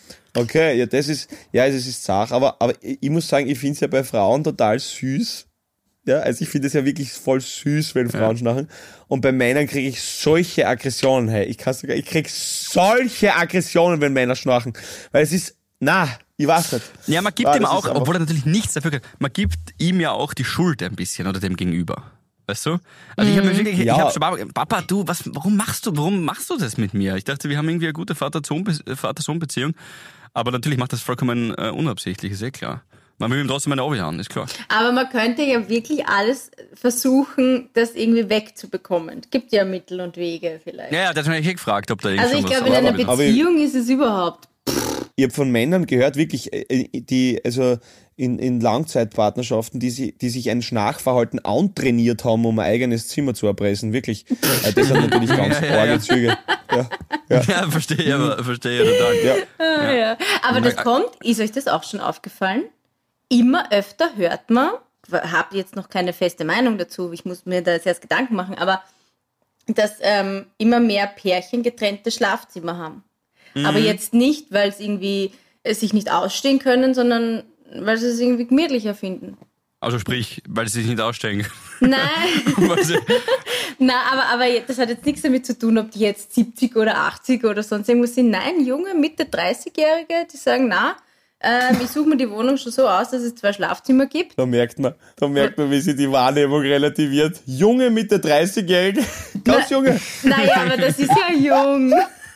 [SPEAKER 3] Okay, ja, das ist, ja, es ist zart, aber, aber ich ich muss sagen, ich finde es ja bei Frauen total süß. Ja, also ich finde es ja wirklich voll süß, wenn Frauen schnarchen. Und bei Männern kriege ich solche Aggressionen, hey. Ich kann sogar, ich krieg solche Aggressionen, wenn Männer schnarchen. Weil es ist, na, ich weiß nicht.
[SPEAKER 1] Ja, man gibt
[SPEAKER 3] Ah,
[SPEAKER 1] ihm
[SPEAKER 3] das ist
[SPEAKER 1] auch,
[SPEAKER 3] einfach-
[SPEAKER 1] obwohl er natürlich nichts dafür kann, man gibt ihm ja auch die Schuld ein bisschen oder dem Gegenüber. Weißt du? Also ich habe mir wirklich,
[SPEAKER 3] Ja.
[SPEAKER 1] ich habe schon, Papa, Papa, du, was, warum machst du, warum machst du das mit mir? Ich dachte, wir haben irgendwie eine gute Vater-Sohn- Vater-Sohn-Beziehung. Aber natürlich macht das vollkommen äh, unabsichtlich, ist eh klar. Man will ihm trotzdem eine Obi haben, ist klar.
[SPEAKER 2] Aber man könnte ja wirklich alles versuchen, das irgendwie wegzubekommen. Es gibt ja Mittel und Wege vielleicht.
[SPEAKER 1] Ja, ja, das habe ich eh gefragt, ob da
[SPEAKER 2] Also
[SPEAKER 1] irgendwas
[SPEAKER 2] ich glaube, in einer
[SPEAKER 3] aber- aber ich-
[SPEAKER 2] Beziehung ist es überhaupt.
[SPEAKER 3] Ich habe von Männern gehört, wirklich, äh, die, also in, in Langzeitpartnerschaften, die, sie, die sich ein Schnarchverhalten antrainiert haben, um ein eigenes Zimmer zu erpressen. Wirklich. Äh, Das hat natürlich ganz
[SPEAKER 1] Ja, ja, ja.
[SPEAKER 3] arge Züge. Ja, ja,
[SPEAKER 1] Ja, verstehe ich, aber verstehe ich total.
[SPEAKER 3] ja.
[SPEAKER 2] Ah, ja. Aber das kommt, ist euch das auch schon aufgefallen? Immer öfter hört man, habe jetzt noch keine feste Meinung dazu, ich muss mir da jetzt erst Gedanken machen, aber dass ähm, immer mehr Pärchen getrennte Schlafzimmer haben. Aber jetzt nicht, weil es irgendwie äh, sich nicht ausstehen können, sondern weil sie es irgendwie gemütlicher finden.
[SPEAKER 1] Also sprich, weil sie sich nicht ausstellen.
[SPEAKER 2] Nein,
[SPEAKER 1] Weil sie-
[SPEAKER 2] na, aber, aber das hat jetzt nichts damit zu tun, ob die jetzt siebzig oder achtzig oder sonst irgendwas sind. Nein, junge, Mitte dreißigjährige, die sagen, na, Ähm, ich suche mir die Wohnung schon so aus, dass es zwei Schlafzimmer gibt.
[SPEAKER 3] Da merkt man, da merkt man, wie sich die Wahrnehmung relativiert. Junge Mitte dreißig-Jährige, ganz
[SPEAKER 2] Na,
[SPEAKER 3] junge.
[SPEAKER 2] Naja, aber das ist ja jung.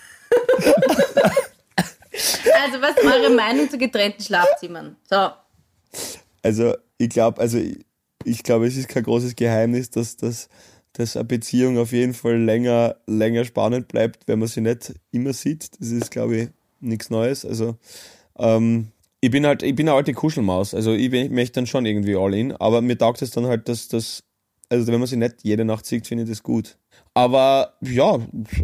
[SPEAKER 2] Also, was ist eure Meinung zu getrennten Schlafzimmern? So.
[SPEAKER 3] Also, ich glaube, also ich, ich glaube, es ist kein großes Geheimnis, dass, dass, dass eine Beziehung auf jeden Fall länger, länger spannend bleibt, wenn man sie nicht immer sieht. Das ist, glaube ich, nichts Neues. Also, ähm, ich bin halt, ich bin eine alte Kuschelmaus. Also, ich, ich möchte dann schon irgendwie all in, aber mir taugt es dann halt, dass das, also, wenn man sie nicht jede Nacht sieht, finde ich das gut. Aber, ja,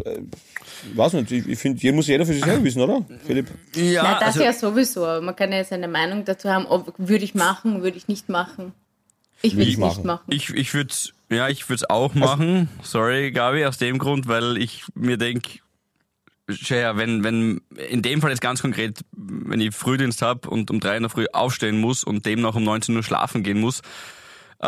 [SPEAKER 3] ich weiß nicht, ich, ich finde, jeder muss jeder für sich selber wissen, oder, Philipp?
[SPEAKER 1] Ja,
[SPEAKER 2] Na, das
[SPEAKER 1] also,
[SPEAKER 2] ja sowieso. Man kann ja seine Meinung dazu haben, ob würde ich machen, würde ich nicht machen. Ich würde
[SPEAKER 3] ich
[SPEAKER 2] es nicht
[SPEAKER 3] machen.
[SPEAKER 2] machen.
[SPEAKER 1] ich, ich würde es ja, ich würd's auch machen. Sorry, Gabi, aus dem Grund, weil ich mir denke, ja, wenn, wenn, in dem Fall jetzt ganz konkret, wenn ich Frühdienst habe und um drei in der Früh aufstehen muss und demnach um neunzehn Uhr schlafen gehen muss, äh,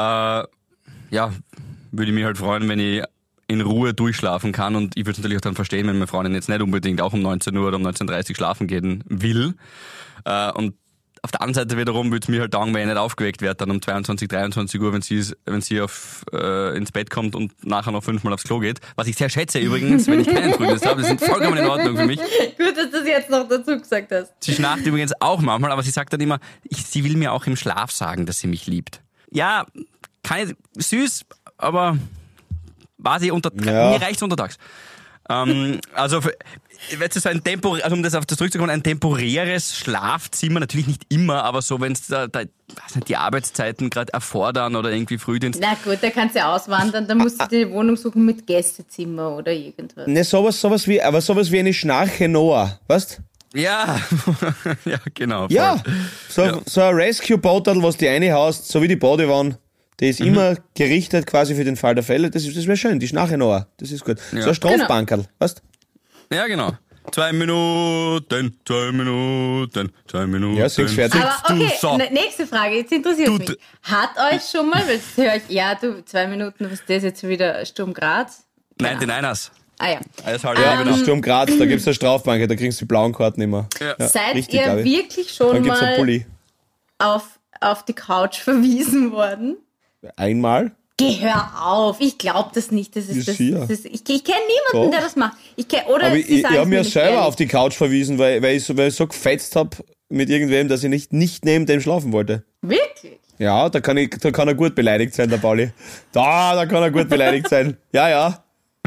[SPEAKER 1] ja, würde ich mich halt freuen, wenn ich in Ruhe durchschlafen kann, und ich würde es natürlich auch dann verstehen, wenn meine Freundin jetzt nicht unbedingt auch um neunzehn Uhr oder um neunzehn Uhr dreißig schlafen gehen will. Äh, und auf der anderen Seite wiederum würde es mir halt taugen, wenn ich nicht aufgeweckt werde, dann um zweiundzwanzig, dreiundzwanzig Uhr, wenn sie, wenn sie auf, äh, ins Bett kommt und nachher noch fünfmal aufs Klo geht. Was ich sehr schätze übrigens, wenn ich keinen Frühdienst habe. Das ist vollkommen in Ordnung für mich.
[SPEAKER 2] Gut, dass du das jetzt noch dazu gesagt hast.
[SPEAKER 1] Sie schnarcht übrigens auch manchmal, aber sie sagt dann immer, ich, sie will mir auch im Schlaf sagen, dass sie mich liebt. Ja, keine, süß, aber war sie unter,
[SPEAKER 3] Ja.
[SPEAKER 1] mir reicht's untertags. Ähm, also, für, weißt du, so ein Tempo, also um das auf das zurückzukommen, ein temporäres Schlafzimmer, natürlich nicht immer, aber so, wenn es da, da weiß nicht, die Arbeitszeiten gerade erfordern oder irgendwie Frühdienst.
[SPEAKER 2] Na gut, da kannst du ja auswandern, dann musst du dir die Wohnung suchen mit Gästezimmer oder irgendwas.
[SPEAKER 3] Ne, sowas, sowas wie, aber sowas wie eine Schnarche Noah, weißt?
[SPEAKER 1] Ja, ja, genau. Voll.
[SPEAKER 3] Ja, so,
[SPEAKER 1] Ja.
[SPEAKER 3] so ein Rescue-Bottle, was die eine haust, so wie die Badewanne, die ist immer gerichtet quasi für den Fall der Fälle. Das, ist- das wäre schön, die Schnarche Noah, das ist gut.
[SPEAKER 1] Ja.
[SPEAKER 3] So ein Strafbankerl, weißt?
[SPEAKER 1] Ja, genau. Zwei Minuten, zwei Minuten, zwei Minuten.
[SPEAKER 3] Ja, sing's fertig.
[SPEAKER 2] Aber
[SPEAKER 1] Du
[SPEAKER 2] okay,
[SPEAKER 1] Sau.
[SPEAKER 2] ne- nächste Frage, jetzt interessiert
[SPEAKER 1] Du-
[SPEAKER 2] mich. Hat euch schon mal, weil das höre ich, ja, du, zwei Minuten, was ist das jetzt wieder, Sturm Graz?
[SPEAKER 1] Nein, den Einers.
[SPEAKER 2] Ah ja.
[SPEAKER 1] Alles halt,
[SPEAKER 3] Ja,
[SPEAKER 1] ja,
[SPEAKER 3] das
[SPEAKER 1] genau.
[SPEAKER 3] ist Sturm Graz, da gibt's eine Strafbank, da kriegst du die blauen Karten immer.
[SPEAKER 1] Ja.
[SPEAKER 3] Ja,
[SPEAKER 2] Seid
[SPEAKER 3] richtig,
[SPEAKER 2] ihr
[SPEAKER 3] glaub ich.
[SPEAKER 2] wirklich schon
[SPEAKER 3] Dann gibt's einen
[SPEAKER 2] mal
[SPEAKER 3] Pulli.
[SPEAKER 2] auf, auf die Couch verwiesen worden?
[SPEAKER 3] Einmal?
[SPEAKER 2] Geh, hör auf, ich glaube das nicht. Das ist,
[SPEAKER 3] Ja,
[SPEAKER 2] das,
[SPEAKER 3] sicher.
[SPEAKER 2] das ist, ich ich kenne niemanden,
[SPEAKER 3] Doch.
[SPEAKER 2] der das macht. Ich kenn, oder
[SPEAKER 3] Aber ich,
[SPEAKER 2] sie
[SPEAKER 3] ich, ich
[SPEAKER 2] sagen's
[SPEAKER 3] habe
[SPEAKER 2] mir
[SPEAKER 3] mir
[SPEAKER 2] nicht
[SPEAKER 3] selber
[SPEAKER 2] ehrlich.
[SPEAKER 3] auf die Couch verwiesen, weil, weil, ich, so, weil ich so gefetzt habe mit irgendwem, dass ich nicht, nicht neben dem schlafen wollte.
[SPEAKER 2] Wirklich?
[SPEAKER 3] Ja, da kann, ich, da kann er gut beleidigt sein, der Pauli. Da, da kann er gut beleidigt sein. Ja, ja.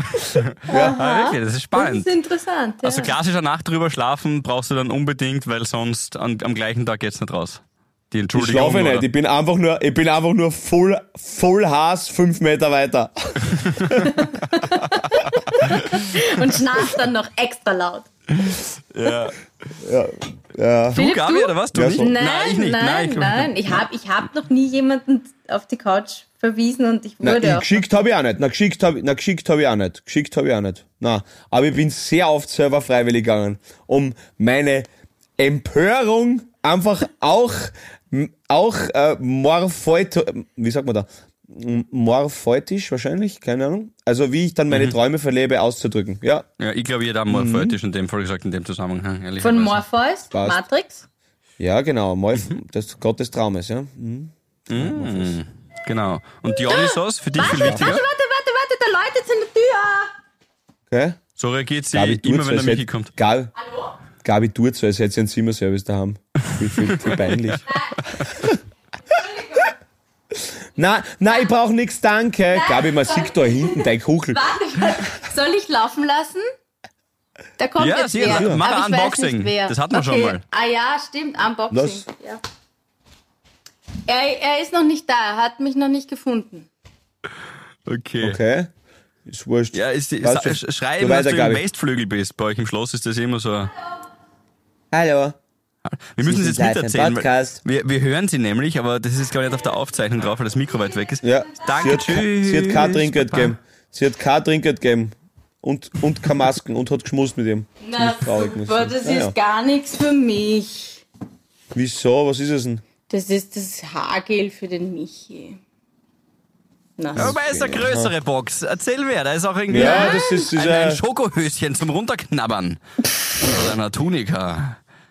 [SPEAKER 1] Ah, wirklich, das ist
[SPEAKER 2] Das
[SPEAKER 1] spannend.
[SPEAKER 2] ist interessant. Ja.
[SPEAKER 1] Also klassischer Nacht drüber schlafen brauchst du dann unbedingt, weil sonst an, am gleichen Tag geht's nicht raus. Die
[SPEAKER 3] Ich
[SPEAKER 1] Entschuldigung.
[SPEAKER 3] schlafe nicht.
[SPEAKER 1] oder-
[SPEAKER 3] Ich bin einfach nur, ich bin einfach nur voll, voll Hass fünf Meter weiter.
[SPEAKER 2] Und schnarcht dann noch extra laut.
[SPEAKER 1] Ja.
[SPEAKER 3] Ja.
[SPEAKER 1] Du,
[SPEAKER 2] Philipp,
[SPEAKER 1] Gabi,
[SPEAKER 2] du?
[SPEAKER 1] oder was? Du
[SPEAKER 3] Ja,
[SPEAKER 1] nicht?
[SPEAKER 3] so.
[SPEAKER 2] Nein,
[SPEAKER 1] ich nicht.
[SPEAKER 2] nein,
[SPEAKER 1] ich-
[SPEAKER 2] nein. Ich habe ich hab noch nie jemanden auf die Couch verwiesen und ich
[SPEAKER 3] Na,
[SPEAKER 2] wurde
[SPEAKER 3] ich,
[SPEAKER 2] auch.
[SPEAKER 3] geschickt habe ich auch nicht. Na, geschickt habe na, geschickt hab ich auch nicht. Geschickt habe ich auch nicht. Na, aber ich bin sehr oft selber freiwillig gegangen, um meine Empörung einfach auch, m- auch äh, morpheut, wie sagt man da? M- Morpheutisch wahrscheinlich, keine Ahnung. Also wie ich dann meine Träume verlebe, auszudrücken. Ja,
[SPEAKER 1] Ja, ich glaube, jeder hat
[SPEAKER 3] Mhm.
[SPEAKER 1] morpheutisch in dem Fall gesagt, in dem Zusammenhang.
[SPEAKER 2] Von
[SPEAKER 1] ehrlicherweise.
[SPEAKER 2] Morpheus,
[SPEAKER 3] Passt.
[SPEAKER 2] Matrix.
[SPEAKER 3] ja genau. Morph, das Gott des Traumes, ja. Mhm.
[SPEAKER 1] Mm, genau. Und Dionysos, für dich viel
[SPEAKER 2] Warte,
[SPEAKER 1] wichtiger.
[SPEAKER 2] warte, warte, warte, da läutet es an der Tür.
[SPEAKER 3] Okay?
[SPEAKER 1] So reagiert sie
[SPEAKER 3] Gabi, tu
[SPEAKER 1] immer,
[SPEAKER 3] jetzt,
[SPEAKER 1] wenn der
[SPEAKER 3] als
[SPEAKER 1] Michi
[SPEAKER 3] hätt-
[SPEAKER 1] kommt.
[SPEAKER 3] Gabi,
[SPEAKER 2] Hallo?
[SPEAKER 3] Gabi, tut so, als hätte sie einen Zimmerservice daheim. Wie viel, wie peinlich. Nein, nein, ich brauche nichts, danke. Gabi, man sieht da hinten dein Kuchel.
[SPEAKER 2] Warte, warte. Soll ich laufen lassen? Da kommt
[SPEAKER 1] Ja,
[SPEAKER 2] jetzt
[SPEAKER 1] sicher,
[SPEAKER 2] wer.
[SPEAKER 1] mach
[SPEAKER 2] Aber
[SPEAKER 1] ein
[SPEAKER 2] ich weiß
[SPEAKER 1] Unboxing.
[SPEAKER 2] nicht, wer.
[SPEAKER 1] Das hatten wir schon
[SPEAKER 2] Okay.
[SPEAKER 1] mal.
[SPEAKER 2] Ah ja, stimmt, Unboxing.
[SPEAKER 3] Was?
[SPEAKER 2] Ja. Er, er ist noch nicht da, er hat mich noch nicht gefunden.
[SPEAKER 1] Okay.
[SPEAKER 3] Okay, ist wurscht.
[SPEAKER 1] Ja, ist die,
[SPEAKER 3] Passt
[SPEAKER 1] sa-
[SPEAKER 3] schon.
[SPEAKER 1] schrei
[SPEAKER 3] So
[SPEAKER 1] immer, dass
[SPEAKER 3] weiter,
[SPEAKER 1] du im
[SPEAKER 3] Gabi.
[SPEAKER 1] Westflügel bist. Bei euch im Schloss ist das immer so.
[SPEAKER 3] Hallo.
[SPEAKER 1] Wir müssen
[SPEAKER 3] Sie
[SPEAKER 1] es
[SPEAKER 3] sind
[SPEAKER 1] jetzt
[SPEAKER 3] live im
[SPEAKER 1] miterzählen.
[SPEAKER 3] Podcast.
[SPEAKER 1] Weil wir, wir hören sie nämlich, aber das ist, glaube ich, nicht auf der Aufzeichnung drauf, weil das Mikro weit weg ist.
[SPEAKER 3] Ja,
[SPEAKER 1] Danke,
[SPEAKER 3] sie hat,
[SPEAKER 1] tschüss.
[SPEAKER 3] sie hat kein Trinkgeld
[SPEAKER 1] Papa.
[SPEAKER 3] gegeben. Sie hat kein Trinkgeld gegeben. Und, und keine Masken und hat geschmust mit ihm.
[SPEAKER 2] Na
[SPEAKER 3] Ziemlich traurig, muss ich
[SPEAKER 2] super,
[SPEAKER 3] sagen.
[SPEAKER 2] das
[SPEAKER 3] Ja, ja.
[SPEAKER 2] ist gar nichts für mich.
[SPEAKER 3] Wieso? Was ist es denn?
[SPEAKER 2] Das ist das Haargel für den Michi. Na,
[SPEAKER 1] Ja, aber es ist eine größere Box. Erzähl wer, da ist auch irgendwie
[SPEAKER 3] Ja,
[SPEAKER 1] ein,
[SPEAKER 3] das ist, ist
[SPEAKER 1] ein, ein
[SPEAKER 3] äh,
[SPEAKER 1] Schokohöschen zum Runterknabbern. Oder eine Tunika.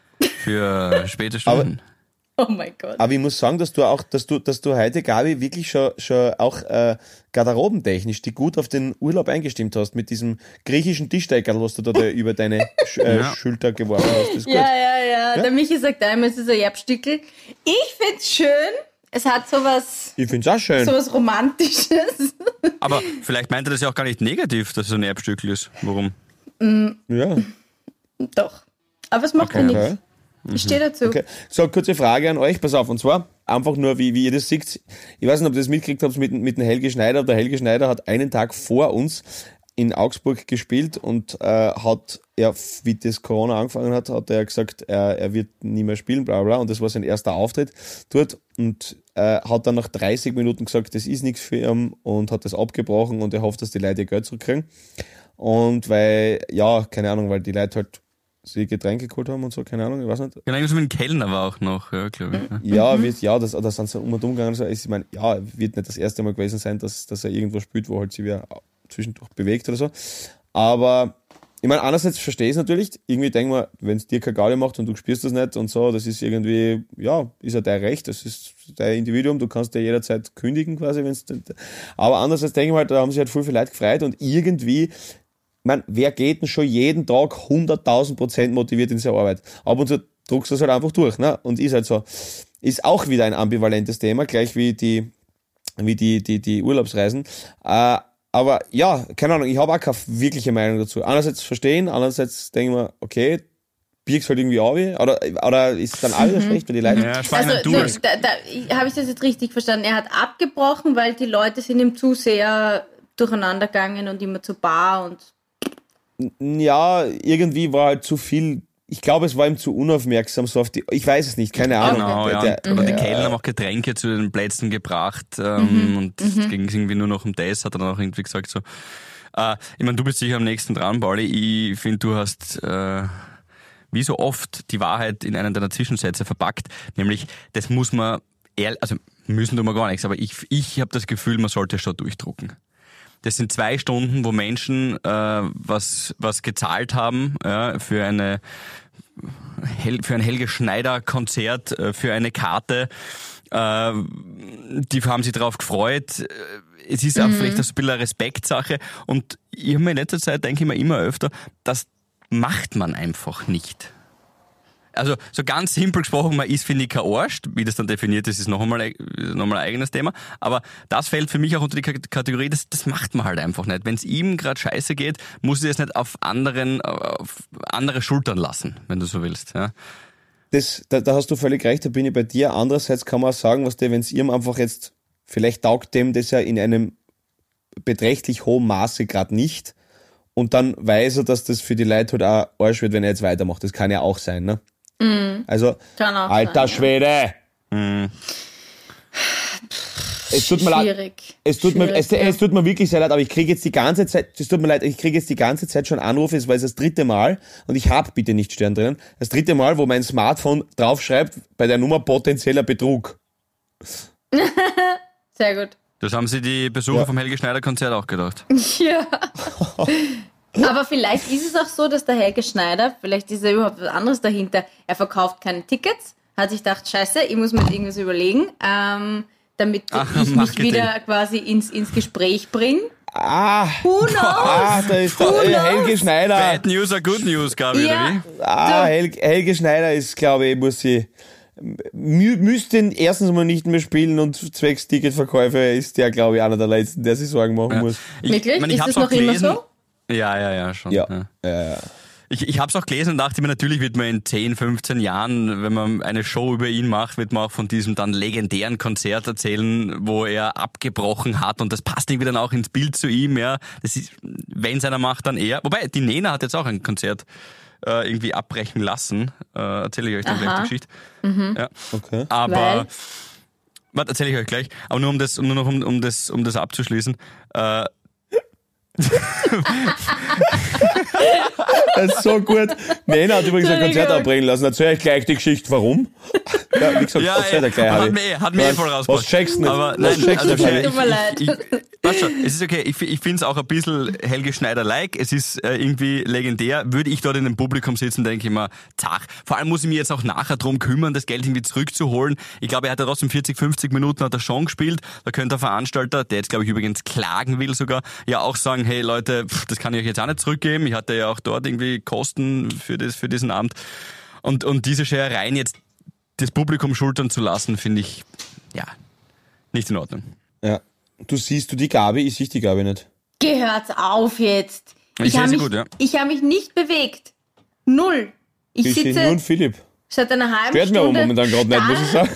[SPEAKER 1] für späte Stunden.
[SPEAKER 2] Oh mein Gott.
[SPEAKER 3] Aber ich muss sagen, dass du auch, dass du, dass du heute, Gabi, wirklich schon, schon auch äh, garderobentechnisch die gut auf den Urlaub eingestimmt hast mit diesem griechischen Tischdeckerl, was du da, da über deine Sch- äh,
[SPEAKER 1] Ja.
[SPEAKER 3] Schulter geworfen hast. Das ist gut.
[SPEAKER 2] Ja, ja, ja,
[SPEAKER 3] Ja?
[SPEAKER 2] Der Michi sagt einmal, es ist ein Erbstückel. Ich find's schön. Es hat sowas,
[SPEAKER 3] Ich find's auch schön.
[SPEAKER 2] sowas Romantisches.
[SPEAKER 1] Aber vielleicht meint er das ja auch gar nicht negativ, dass es ein Erbstückel ist. Warum?
[SPEAKER 3] Ja.
[SPEAKER 2] Doch. Aber es macht
[SPEAKER 1] Okay.
[SPEAKER 2] mir
[SPEAKER 3] Okay.
[SPEAKER 2] nichts. Ich stehe dazu.
[SPEAKER 3] Okay. So, kurze Frage an euch, pass auf, und zwar einfach nur, wie, wie ihr das seht. Ich weiß nicht, ob ihr das mitgekriegt habt mit, mit dem Helge Schneider. Der Helge Schneider hat einen Tag vor uns in Augsburg gespielt und äh, hat, ja, wie das Corona angefangen hat, hat er gesagt, er, er wird nie mehr spielen, bla bla, und das war sein erster Auftritt dort und äh, hat dann nach dreißig Minuten gesagt, das ist nichts für ihn und hat das abgebrochen und er hofft, dass die Leute ihr Geld zurückkriegen. Und weil, ja, keine Ahnung, weil die Leute halt sie Getränke geholt haben und so, keine Ahnung, ich weiß nicht.
[SPEAKER 1] Genau, so mit dem Kellner war auch noch, ja, glaube ich. Ja.
[SPEAKER 3] Ja, wird, ja, das, da sind sie um und um gegangen. So. Ich meine, ja, wird nicht das erste Mal gewesen sein, dass, dass er irgendwo spielt, wo halt sich wieder zwischendurch bewegt oder so. Aber, ich meine, einerseits verstehe ich es natürlich. Irgendwie denke ich mir, wenn es dir keine Gaudi macht und du spürst das nicht und so, das ist irgendwie, ja, ist ja dein Recht, das ist dein Individuum, du kannst dir jederzeit kündigen quasi, wenn es. Aber andererseits denke ich mir halt, da haben sich halt viel, viel Leute gefreut und irgendwie, ich meine, wer geht denn schon jeden Tag hunderttausend Prozent motiviert in seine Arbeit? Ab und zu druckst du es halt einfach durch, ne? Und ist halt so. Ist auch wieder ein ambivalentes Thema, gleich wie die, wie die, die, die Urlaubsreisen. Äh, aber ja, keine Ahnung, ich habe auch keine wirkliche Meinung dazu. Einerseits verstehen, andererseits denke ich mir, okay, biegst halt irgendwie auf, oder, oder ist es dann auch wieder schlecht, weil die Leute.
[SPEAKER 1] Ja, Schwein,
[SPEAKER 2] Also,
[SPEAKER 1] du
[SPEAKER 2] da,
[SPEAKER 1] als
[SPEAKER 2] da, da habe ich das jetzt richtig verstanden. Er hat abgebrochen, weil die Leute sind ihm zu sehr durcheinander gegangen und immer zu bar und
[SPEAKER 3] Ja, irgendwie war halt zu viel. Ich glaube, es war ihm zu unaufmerksam, so auf die. Ich weiß es nicht, keine Ahnung.
[SPEAKER 1] Genau, ja.
[SPEAKER 3] Der,
[SPEAKER 1] Und, oder die
[SPEAKER 3] der,
[SPEAKER 1] Kellner haben auch Getränke zu den Plätzen gebracht ähm, und es ging irgendwie nur noch um das, hat er dann auch irgendwie gesagt so. Äh, ich meine, du bist sicher am nächsten dran, Pauli. Ich finde, du hast äh, wie so oft die Wahrheit in einen deiner Zwischensätze verpackt, nämlich das muss man, ehrlich, also müssen tun wir gar nichts, aber ich, ich habe das Gefühl, man sollte schon durchdrucken. Das sind zwei Stunden, wo Menschen äh, was was gezahlt haben ja, für eine Hel- für ein Helge Schneider Konzert, äh, für eine Karte. Äh, die haben sich darauf gefreut. Es ist auch vielleicht so ein bisschen eine Respektsache. Und ich habe mir in letzter Zeit, denke ich mir immer öfter, das macht man einfach nicht. Also so ganz simpel gesprochen, man ist, finde ich, kein Arsch. Wie das dann definiert ist, ist noch einmal, noch einmal ein eigenes Thema. Aber das fällt für mich auch unter die K- Kategorie, das, das macht man halt einfach nicht. Wenn es ihm gerade scheiße geht, muss er es nicht auf anderen, auf andere Schultern lassen, wenn du so willst. Ja.
[SPEAKER 3] das, da, da hast du völlig recht, da bin ich bei dir. Andererseits kann man auch sagen, was der, wenn es ihm einfach jetzt, vielleicht taugt dem das ja in einem beträchtlich hohen Maße gerade nicht. Und dann weiß er, dass das für die Leute halt auch Arsch wird, wenn er jetzt weitermacht. Das kann ja auch sein, ne?
[SPEAKER 2] Mhm.
[SPEAKER 3] Also,
[SPEAKER 2] Kann auch
[SPEAKER 3] alter
[SPEAKER 2] sein,
[SPEAKER 3] Schwede!
[SPEAKER 1] Mhm.
[SPEAKER 3] Es tut mir leid.
[SPEAKER 2] schwierig.
[SPEAKER 3] Es tut, mir,
[SPEAKER 2] Schwierig,
[SPEAKER 3] es,
[SPEAKER 2] ja.
[SPEAKER 3] es tut mir wirklich sehr leid, aber ich kriege jetzt die ganze Zeit, es tut mir leid, ich kriege jetzt die ganze Zeit schon Anrufe, es war jetzt das dritte Mal und ich habe bitte nicht Stern drinnen, das dritte Mal, wo mein Smartphone draufschreibt, bei der Nummer potenzieller Betrug.
[SPEAKER 2] Sehr gut.
[SPEAKER 1] Das haben sich die Besucher
[SPEAKER 3] Ja.
[SPEAKER 1] vom Helge Schneider Konzert auch gedacht.
[SPEAKER 2] Ja. Aber vielleicht ist es auch so, dass der Helge Schneider, vielleicht ist ja überhaupt was anderes dahinter. Er verkauft keine Tickets, hat sich gedacht, scheiße, ich muss mir jetzt irgendwas überlegen, ähm, damit
[SPEAKER 1] Ach,
[SPEAKER 2] ich mich
[SPEAKER 1] Marketing.
[SPEAKER 2] wieder quasi ins, ins Gespräch bringe.
[SPEAKER 3] Ah,
[SPEAKER 2] Who knows?
[SPEAKER 3] ah, da ist der
[SPEAKER 2] Who
[SPEAKER 3] äh,
[SPEAKER 2] knows?
[SPEAKER 3] Helge Schneider.
[SPEAKER 1] Bad News are good news, Gabi,
[SPEAKER 2] Ja.
[SPEAKER 1] oder wie?
[SPEAKER 3] Ah, Helge, Helge Schneider ist, glaube ich, muss sie, mü, müsste erstens mal nicht mehr spielen und zwecks Ticketverkäufe ist der, glaube ich, einer der letzten, der sich Sorgen machen
[SPEAKER 1] Ja.
[SPEAKER 3] muss.
[SPEAKER 1] Ich,
[SPEAKER 2] Wirklich?
[SPEAKER 1] mein, ich
[SPEAKER 2] Ist
[SPEAKER 1] hab's
[SPEAKER 2] das
[SPEAKER 1] auch
[SPEAKER 2] noch immer
[SPEAKER 1] gelesen.
[SPEAKER 2] so?
[SPEAKER 1] Ja, ja, ja, schon.
[SPEAKER 3] Ja,
[SPEAKER 1] Ja.
[SPEAKER 3] ja, ja.
[SPEAKER 1] Ich, ich habe es auch gelesen und dachte mir, natürlich wird man in zehn, fünfzehn Jahren, wenn man eine Show über ihn macht, wird man auch von diesem dann legendären Konzert erzählen, wo er abgebrochen hat und das passt irgendwie dann auch ins Bild zu ihm, ja. Das ist, wenn es einer macht, dann er. Wobei, die Nena hat jetzt auch ein Konzert äh, irgendwie abbrechen lassen. Äh, erzähle ich euch dann
[SPEAKER 2] Aha.
[SPEAKER 1] gleich die Geschichte. Ja.
[SPEAKER 3] Okay.
[SPEAKER 1] Aber,
[SPEAKER 2] Weil?
[SPEAKER 1] warte, erzähle ich euch gleich. Aber nur um das, nur noch um, um das, um das abzuschließen. Äh,
[SPEAKER 3] Das ist so gut. Nena hat übrigens ein Konzert abbrechen lassen. Erzähl ich gleich die Geschichte, warum? Ja, wie gesagt,
[SPEAKER 1] Ja,
[SPEAKER 3] erzähl
[SPEAKER 1] ey,
[SPEAKER 3] dir gleich,
[SPEAKER 1] hat
[SPEAKER 3] Harry.
[SPEAKER 1] mir, eh- hat mir eh voll rausgebracht.
[SPEAKER 3] Was checkst du nicht?
[SPEAKER 1] Aber
[SPEAKER 3] Was
[SPEAKER 1] nein,
[SPEAKER 3] checkst
[SPEAKER 1] also
[SPEAKER 3] du nicht,
[SPEAKER 1] ich,
[SPEAKER 3] Harry?
[SPEAKER 2] Tut mir leid.
[SPEAKER 1] ich, Weißt du, es ist okay, ich, ich finde es auch ein bisschen Helge Schneider-like, es ist äh, irgendwie legendär. Würde ich dort in dem Publikum sitzen, denke ich mir, zach. Vor allem muss ich mich jetzt auch nachher drum kümmern, das Geld irgendwie zurückzuholen. Ich glaube, er hat ja trotzdem vierzig, fünfzig Minuten hat er schon gespielt. Da könnte der Veranstalter, der jetzt glaube ich übrigens klagen will sogar, ja auch sagen, hey Leute, pff, das kann ich euch jetzt auch nicht zurückgeben. Ich hatte ja auch dort irgendwie Kosten für, das, für diesen Abend. Und, und diese Scherereien jetzt das Publikum schultern zu lassen, finde ich, ja, nicht in Ordnung.
[SPEAKER 3] Ja. Du siehst du die Gabi, ich sehe die Gabi nicht.
[SPEAKER 2] Gehört's auf jetzt.
[SPEAKER 1] Ich
[SPEAKER 2] Ich
[SPEAKER 1] sehe
[SPEAKER 2] habe
[SPEAKER 1] sie
[SPEAKER 2] mich,
[SPEAKER 1] gut, ja.
[SPEAKER 2] ich hab mich nicht bewegt. Null. Ich,
[SPEAKER 3] Ich sehe
[SPEAKER 2] sitze
[SPEAKER 3] nur einen Philipp.
[SPEAKER 2] seit einer halben
[SPEAKER 3] Stört mir aber
[SPEAKER 2] Stunde.
[SPEAKER 3] momentan gerade nicht, muss ich sagen.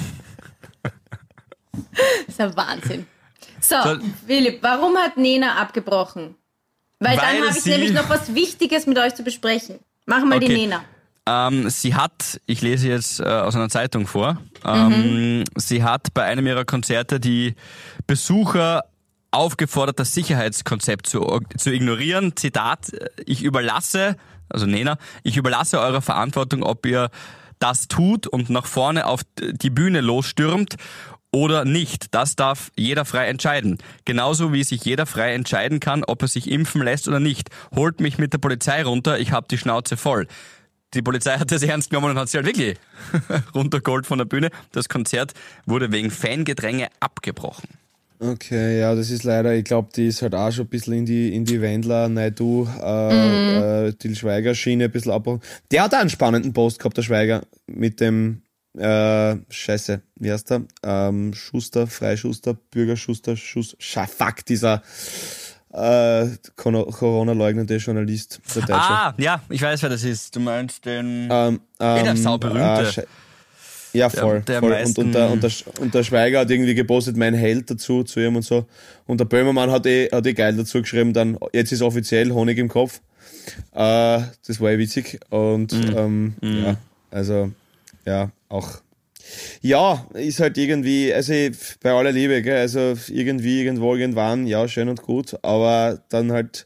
[SPEAKER 2] Das ist ein Wahnsinn. So,
[SPEAKER 1] So.
[SPEAKER 2] Philipp, warum hat Nena abgebrochen? Weil,
[SPEAKER 1] Weil
[SPEAKER 2] dann habe ich
[SPEAKER 1] sie-
[SPEAKER 2] nämlich noch was Wichtiges mit euch zu besprechen. Machen wir die
[SPEAKER 1] Okay.
[SPEAKER 2] Nena.
[SPEAKER 1] Ähm, sie hat, ich lese jetzt äh, aus einer Zeitung vor, ähm,
[SPEAKER 2] Mhm.
[SPEAKER 1] sie hat bei einem ihrer Konzerte die Besucher aufgefordert, das Sicherheitskonzept zu, zu ignorieren. Zitat, ich überlasse, also Nena, ich überlasse eurer Verantwortung, ob ihr das tut und nach vorne auf die Bühne losstürmt oder nicht. Das darf jeder frei entscheiden. Genauso wie sich jeder frei entscheiden kann, ob er sich impfen lässt oder nicht. Holt mich mit der Polizei runter, ich hab die Schnauze voll. Die Polizei hat das ernst genommen und hat sie halt wirklich runtergeholt von der Bühne. Das Konzert wurde wegen Fangedränge abgebrochen.
[SPEAKER 3] Okay, ja, das ist leider, ich glaube, die ist halt auch schon ein bisschen in die, in die Wendler, Naidu, äh, äh, Til Schweiger Schiene ein bisschen abgebrochen. Der hat auch einen spannenden Post gehabt, der Schweiger, mit dem, äh, Scheiße, wie heißt der? Ähm, Schuster, Freischuster, Bürgerschuster, Schuss, Scha, fuck, dieser, äh, Corona-leugnende Journalist, der Deutsche.
[SPEAKER 1] Ah, ja, ich weiß, wer das ist. Du meinst den...
[SPEAKER 3] Ähm, ähm,
[SPEAKER 1] der sauberühmte.
[SPEAKER 3] äh, Sche- ja, voll.
[SPEAKER 1] der
[SPEAKER 3] voll.
[SPEAKER 1] meisten-
[SPEAKER 3] Und, und, der, und, der, und der Schweiger hat irgendwie gepostet, mein Held dazu, zu ihm und so. Und der Böhmermann hat eh, hat eh geil dazu geschrieben, dann, jetzt ist offiziell Honig im Kopf. Äh, das war eh witzig. Und,
[SPEAKER 1] Mhm.
[SPEAKER 3] ähm, ja, also, ja, auch. Ja, ist halt irgendwie, also bei aller Liebe, gell, also irgendwie, irgendwo, irgendwann, ja, schön und gut, aber dann halt,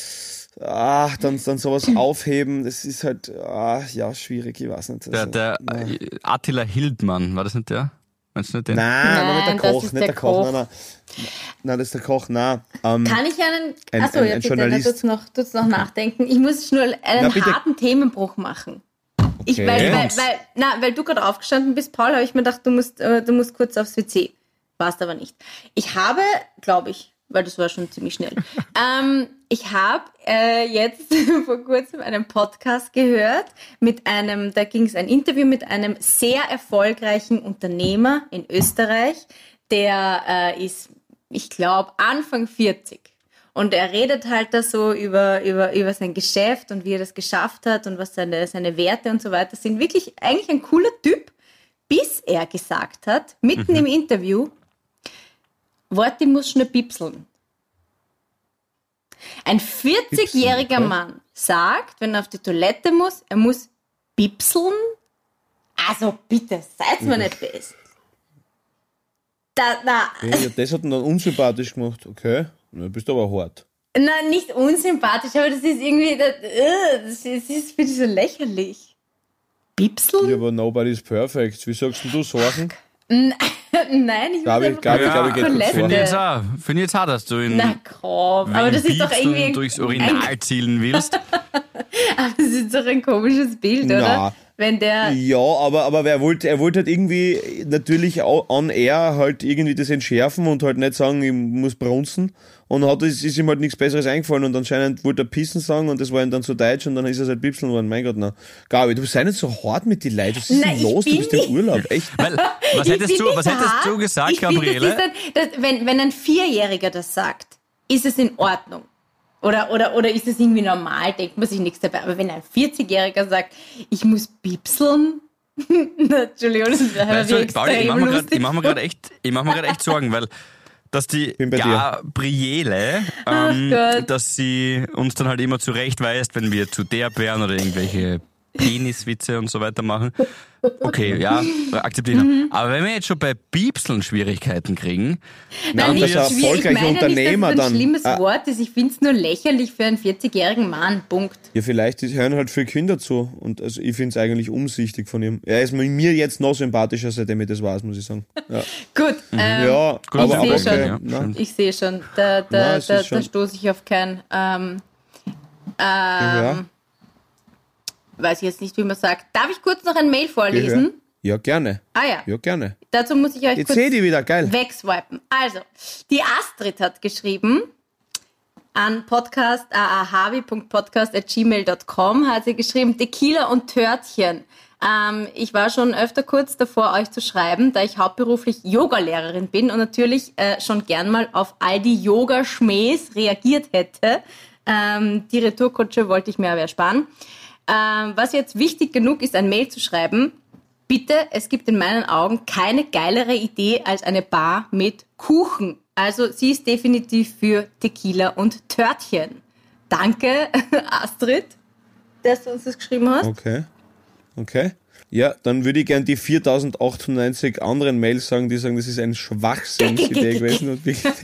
[SPEAKER 3] ah, dann, dann sowas aufheben, das ist halt, ah, ja, schwierig, ich weiß nicht.
[SPEAKER 1] Der,
[SPEAKER 3] Also,
[SPEAKER 1] der
[SPEAKER 3] ja.
[SPEAKER 1] äh, Attila Hildmann, war das nicht der? Meinst du nicht den?
[SPEAKER 3] Nein,
[SPEAKER 2] Nein,
[SPEAKER 3] nein, nicht der
[SPEAKER 2] das
[SPEAKER 3] Koch,
[SPEAKER 2] ist
[SPEAKER 3] nicht
[SPEAKER 2] der
[SPEAKER 3] der Koch,
[SPEAKER 2] Koch.
[SPEAKER 3] nein, nein. Nein, das ist der Koch, nein. Ähm,
[SPEAKER 2] Kann ich einen,
[SPEAKER 3] Ein-
[SPEAKER 2] achso,
[SPEAKER 3] ein-
[SPEAKER 2] ja,
[SPEAKER 3] ein
[SPEAKER 2] bitte,
[SPEAKER 3] Journalist.
[SPEAKER 2] tut's noch, tut's noch nachdenken. Ich muss schnell einen
[SPEAKER 3] Na, bitte.
[SPEAKER 2] harten Themenbruch machen. Ich,
[SPEAKER 3] Okay.
[SPEAKER 2] weil, weil, weil, na, weil du gerade aufgestanden bist, Paul, habe ich mir gedacht, du musst, äh, du musst kurz aufs W C. Warst aber nicht. Ich habe, glaube ich, weil das war schon ziemlich schnell, ähm, ich habe äh, jetzt vor kurzem einen Podcast gehört mit einem, da ging es ein Interview mit einem sehr erfolgreichen Unternehmer in Österreich, der äh, ist, ich glaube, Anfang vierzig. Und er redet halt da so über, über, über sein Geschäft und wie er das geschafft hat und was seine, seine Werte und so weiter sind. Wirklich eigentlich ein cooler Typ, bis er gesagt hat, mitten im Interview, Warte, ich muss schnell pipseln. Ein vierzigjähriger
[SPEAKER 3] okay.
[SPEAKER 2] Mann sagt, wenn er auf die Toilette muss, er muss pipseln. Also bitte, seid mir nicht best. Da, na,
[SPEAKER 3] ja, das hat ihn dann unsympathisch gemacht, okay. Du bist aber hart.
[SPEAKER 2] na, nicht unsympathisch, aber das ist irgendwie, das, äh, das ist, das ist finde ich so lächerlich. Pipseln?
[SPEAKER 3] Ja, aber nobody's perfect. Wie sagst denn du, Sorgen?
[SPEAKER 2] Nein, ich muss
[SPEAKER 3] Gabi,
[SPEAKER 2] einfach
[SPEAKER 3] Gabi,
[SPEAKER 2] auf
[SPEAKER 3] Gabi
[SPEAKER 2] die
[SPEAKER 3] geht kurz
[SPEAKER 2] Toilette.
[SPEAKER 3] vor.
[SPEAKER 1] Finde ich jetzt auch, finde ich jetzt auch, dass du in
[SPEAKER 2] Na komm, aber das ist doch
[SPEAKER 1] piepst
[SPEAKER 2] irgendwie
[SPEAKER 1] und
[SPEAKER 2] ein,
[SPEAKER 1] durchs Urinal zielen willst.
[SPEAKER 2] aber das ist doch ein komisches Bild,
[SPEAKER 3] Na.
[SPEAKER 2] oder? Wenn der,
[SPEAKER 3] Ja, aber, aber er wollte, er wollte halt irgendwie natürlich au- on air halt irgendwie das entschärfen und halt nicht sagen, ich muss brunzen. Und hat, es ist ihm halt nichts Besseres eingefallen und anscheinend wollte er pissen sagen und das war ihm dann so deutsch und dann ist er halt pipseln worden. Mein Gott, na. Gabi, du sei nicht so hart mit den Leuten. Was ist
[SPEAKER 2] Nein,
[SPEAKER 3] denn
[SPEAKER 2] ich
[SPEAKER 3] los? Du
[SPEAKER 2] bin
[SPEAKER 3] bist im
[SPEAKER 2] nicht.
[SPEAKER 3] Urlaub. Echt?
[SPEAKER 1] Weil, was
[SPEAKER 2] Ich
[SPEAKER 1] hättest
[SPEAKER 2] bin
[SPEAKER 1] du,
[SPEAKER 2] nicht
[SPEAKER 1] was hättest
[SPEAKER 2] hart.
[SPEAKER 1] du gesagt,
[SPEAKER 2] Ich find,
[SPEAKER 1] Gabriele?
[SPEAKER 2] Das ist ein, das, wenn, wenn ein Vierjähriger das sagt, ist es in Ordnung. Oder, oder, oder ist es irgendwie normal, denkt man sich nichts dabei. Aber wenn ein vierzigjähriger sagt, ich muss pipseln, na, Entschuldigung, das wäre
[SPEAKER 1] Weißt
[SPEAKER 2] wie
[SPEAKER 1] du, Pauli, ich
[SPEAKER 2] extrem
[SPEAKER 1] mache mir grad-
[SPEAKER 2] lustig.
[SPEAKER 1] ich mach mir gerade echt, ich mach mir gerade echt Sorgen, weil dass die
[SPEAKER 3] Bin bei dir.
[SPEAKER 1] Gabriele, ähm,
[SPEAKER 2] Gott.
[SPEAKER 1] dass sie uns dann halt immer zurechtweist, wenn wir zu derb wären oder irgendwelche Peniswitze und so weiter machen. Okay, ja, akzeptiere ich. Mhm. Aber wenn wir jetzt schon bei Piepseln Schwierigkeiten kriegen,
[SPEAKER 2] Nein,
[SPEAKER 3] das ist ein erfolgreicher Unternehmer
[SPEAKER 2] nicht, dass
[SPEAKER 3] dann.
[SPEAKER 2] ein schlimmes
[SPEAKER 3] Ah.
[SPEAKER 2] Wort ist. Ich finde es nur lächerlich für einen vierzigjährigen Mann. Punkt.
[SPEAKER 3] Ja, vielleicht hören halt viele Kinder zu. Und also ich finde es eigentlich umsichtig von ihm. Er ist mir jetzt noch sympathischer, seitdem ich das weiß, muss ich sagen. Ja,
[SPEAKER 2] Gut, ähm,
[SPEAKER 3] ja
[SPEAKER 1] Gut,
[SPEAKER 3] aber,
[SPEAKER 1] aber
[SPEAKER 2] ich sehe
[SPEAKER 3] okay.
[SPEAKER 2] schon.
[SPEAKER 3] Na,
[SPEAKER 2] Ich sehe schon, da, da,
[SPEAKER 3] Na, es
[SPEAKER 2] da,
[SPEAKER 3] ist schon-
[SPEAKER 2] da stoße ich auf kein, ähm, ähm,
[SPEAKER 3] ja,
[SPEAKER 2] weiß ich jetzt nicht, wie man sagt. Darf ich kurz noch ein Mail vorlesen?
[SPEAKER 3] Gehör. Ja, gerne.
[SPEAKER 2] Ah ja,
[SPEAKER 3] Ja, gerne.
[SPEAKER 2] dazu muss ich euch
[SPEAKER 3] Jetzt
[SPEAKER 2] kurz
[SPEAKER 3] sehe ich die wieder, geil.
[SPEAKER 2] wegswipen. Also, die Astrid hat geschrieben an podcast aahavi punkt podcast at gmail punkt com hat sie geschrieben, Tequila und Törtchen. Ähm, ich war schon öfter kurz davor, euch zu schreiben, da ich hauptberuflich Yogalehrerin bin und natürlich äh, schon gern mal auf all die Yoga-Schmähs reagiert hätte. Ähm, die Retourkutsche wollte ich mir aber ersparen. Ähm, was jetzt wichtig genug ist, ein Mail zu schreiben, bitte, es gibt in meinen Augen keine geilere Idee als eine Bar mit Kuchen. Also sie ist definitiv für Tequila und Törtchen. Danke, Astrid, dass du uns das geschrieben hast.
[SPEAKER 3] Okay. Okay. Ja, dann würde ich gern die viertausendachthundertneunzig anderen Mails sagen, die sagen, das ist eine Schwachsinnsidee gewesen. Und, wirklich-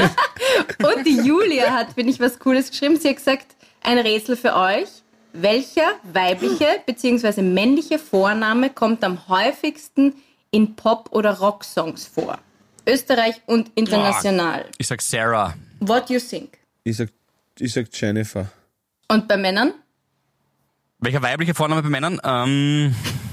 [SPEAKER 2] Und die Julia hat, finde ich, was Cooles geschrieben. Sie hat gesagt, ein Rätsel für euch. Welcher weibliche bzw. männliche Vorname kommt am häufigsten in Pop- oder Rocksongs vor? Österreich und international.
[SPEAKER 1] ich sag Sarah.
[SPEAKER 2] What you think?
[SPEAKER 3] ich sag, ich sag Jennifer.
[SPEAKER 2] Und bei Männern?
[SPEAKER 1] Welcher weibliche Vorname bei Männern? Ähm,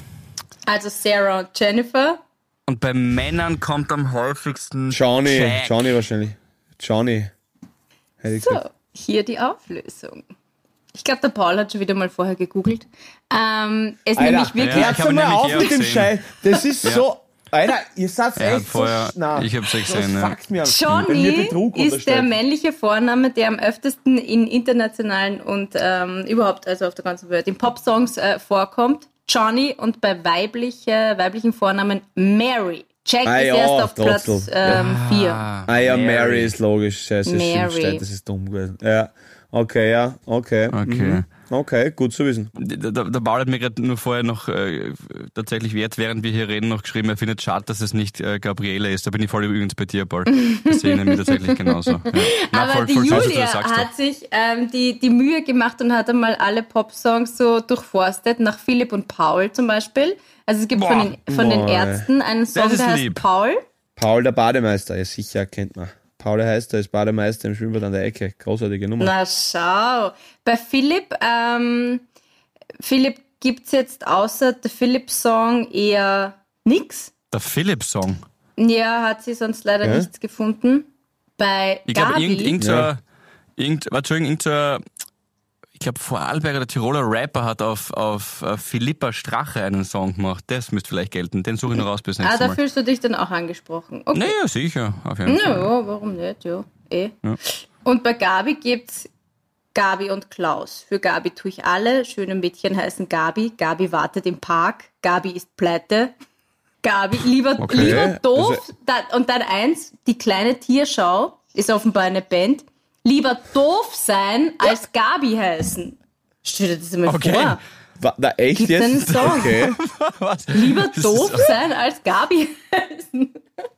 [SPEAKER 2] Also Sarah und Jennifer.
[SPEAKER 1] und bei Männern kommt am häufigsten
[SPEAKER 3] Johnny.
[SPEAKER 1] Jack.
[SPEAKER 3] Johnny wahrscheinlich. Johnny. Hätte ich gesagt.
[SPEAKER 2] So, hier die Auflösung. Ich glaube, der Paul hat schon wieder mal vorher gegoogelt. Ähm, es
[SPEAKER 3] Alter,
[SPEAKER 2] nämlich wirklich...
[SPEAKER 1] Ja, ich
[SPEAKER 3] hört
[SPEAKER 1] habe
[SPEAKER 3] mal
[SPEAKER 1] nämlich
[SPEAKER 3] auf
[SPEAKER 1] eh
[SPEAKER 3] mit dem
[SPEAKER 1] gesehen.
[SPEAKER 3] Scheiß. Das ist so... Alter, ihr seid
[SPEAKER 1] Er hat
[SPEAKER 3] echt
[SPEAKER 1] vorher-
[SPEAKER 3] so... Na,
[SPEAKER 1] ich hab's eh
[SPEAKER 3] das
[SPEAKER 1] gesehen, ja.
[SPEAKER 3] fuckt mir an. Wenn mir
[SPEAKER 2] Johnny
[SPEAKER 3] Betrug
[SPEAKER 2] ist der
[SPEAKER 3] unterstellt.
[SPEAKER 2] männliche Vorname, der am öftesten in internationalen und ähm, überhaupt, also auf der ganzen Welt, in Popsongs äh, vorkommt. Johnny und bei weibliche, weiblichen Vornamen Mary. Jack
[SPEAKER 3] Ah
[SPEAKER 2] ist
[SPEAKER 3] ja,
[SPEAKER 2] erst auf Platz
[SPEAKER 3] Trottel.
[SPEAKER 2] ähm, vier.
[SPEAKER 3] Ah ja, Mary, ist logisch. Scheiße,
[SPEAKER 2] Mary.
[SPEAKER 3] stimmt, steht, das ist dumm gewesen. Ja, okay, ja, okay.
[SPEAKER 1] Okay.
[SPEAKER 3] Mhm. Okay, gut zu wissen.
[SPEAKER 1] Der, der, der Paul hat mir gerade nur vorher noch äh, tatsächlich jetzt, während wir hier reden, noch geschrieben, er findet es schade, dass es nicht äh, Gabriele ist. Da bin ich voll übrigens bei dir, Paul. Das sehe ich nämlich tatsächlich genauso. Ja. Na,
[SPEAKER 2] Aber
[SPEAKER 1] voll,
[SPEAKER 2] die
[SPEAKER 1] voll schön, dass du
[SPEAKER 2] Julia
[SPEAKER 1] das sagst,
[SPEAKER 2] hat sich ähm, die, die Mühe gemacht und hat einmal alle Popsongs so durchforstet, nach Philipp und Paul zum Beispiel. Also es gibt
[SPEAKER 1] Boah.
[SPEAKER 2] von den, von den
[SPEAKER 3] Boah.
[SPEAKER 2] Ärzten einen Song,
[SPEAKER 1] ist
[SPEAKER 2] der heißt
[SPEAKER 1] lieb.
[SPEAKER 2] Paul.
[SPEAKER 3] Paul der Bademeister, ja sicher, kennt man. Paul der heißt, er ist Bademeister im Schwimmbad an der Ecke. Großartige Nummer.
[SPEAKER 2] Na schau. Bei Philipp, ähm, Philipp gibt's jetzt außer der Philipp-Song eher nix.
[SPEAKER 1] Der Philipp-Song.
[SPEAKER 2] Ja, hat sie sonst leider
[SPEAKER 3] Ja?
[SPEAKER 2] nichts gefunden. Bei
[SPEAKER 1] Ich glaube,
[SPEAKER 2] Gabi,
[SPEAKER 1] irgend, irgend so,
[SPEAKER 3] Ja.
[SPEAKER 1] ein- irgend, warte, Entschuldigung, irgend so, ein- ich glaube, Vorarlberger oder Tiroler Rapper hat auf, auf äh, Philippa Strache einen Song gemacht. Das müsste vielleicht gelten. Den suche ich noch raus bis
[SPEAKER 2] ah,
[SPEAKER 1] nächstes
[SPEAKER 2] da
[SPEAKER 1] Mal.
[SPEAKER 2] fühlst du dich dann auch angesprochen. Okay.
[SPEAKER 1] Naja, sicher. Auf jeden Fall.
[SPEAKER 2] Ja, warum nicht? Ja, eh.
[SPEAKER 1] Ja.
[SPEAKER 2] Und bei Gabi gibt's Gabi und Klaus. Für Gabi tue ich alle. Schöne Mädchen heißen Gabi. Gabi wartet im Park. Gabi ist pleite. Gabi, lieber,
[SPEAKER 1] Okay.
[SPEAKER 2] lieber doof.
[SPEAKER 3] Also-
[SPEAKER 2] da, und dann eins, die kleine Tierschau ist offenbar eine Band. Lieber doof sein als Gabi heißen. Stell dir das einmal
[SPEAKER 1] Okay.
[SPEAKER 2] vor.
[SPEAKER 3] Wa- Na, echt
[SPEAKER 2] Gibt's
[SPEAKER 3] jetzt?
[SPEAKER 2] einen Song?
[SPEAKER 3] Okay.
[SPEAKER 1] Was?
[SPEAKER 2] Lieber
[SPEAKER 1] Das
[SPEAKER 2] doof
[SPEAKER 1] ist,
[SPEAKER 2] sein als Gabi heißen.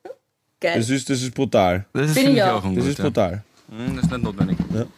[SPEAKER 2] Geil.
[SPEAKER 3] Das ist, das ist brutal.
[SPEAKER 1] das ist
[SPEAKER 2] Bin
[SPEAKER 1] finde
[SPEAKER 2] ich
[SPEAKER 1] ich
[SPEAKER 2] auch.
[SPEAKER 1] auch ungut.
[SPEAKER 3] Das ist
[SPEAKER 1] ja.
[SPEAKER 3] brutal.
[SPEAKER 1] Hm, Das ist nicht notwendig.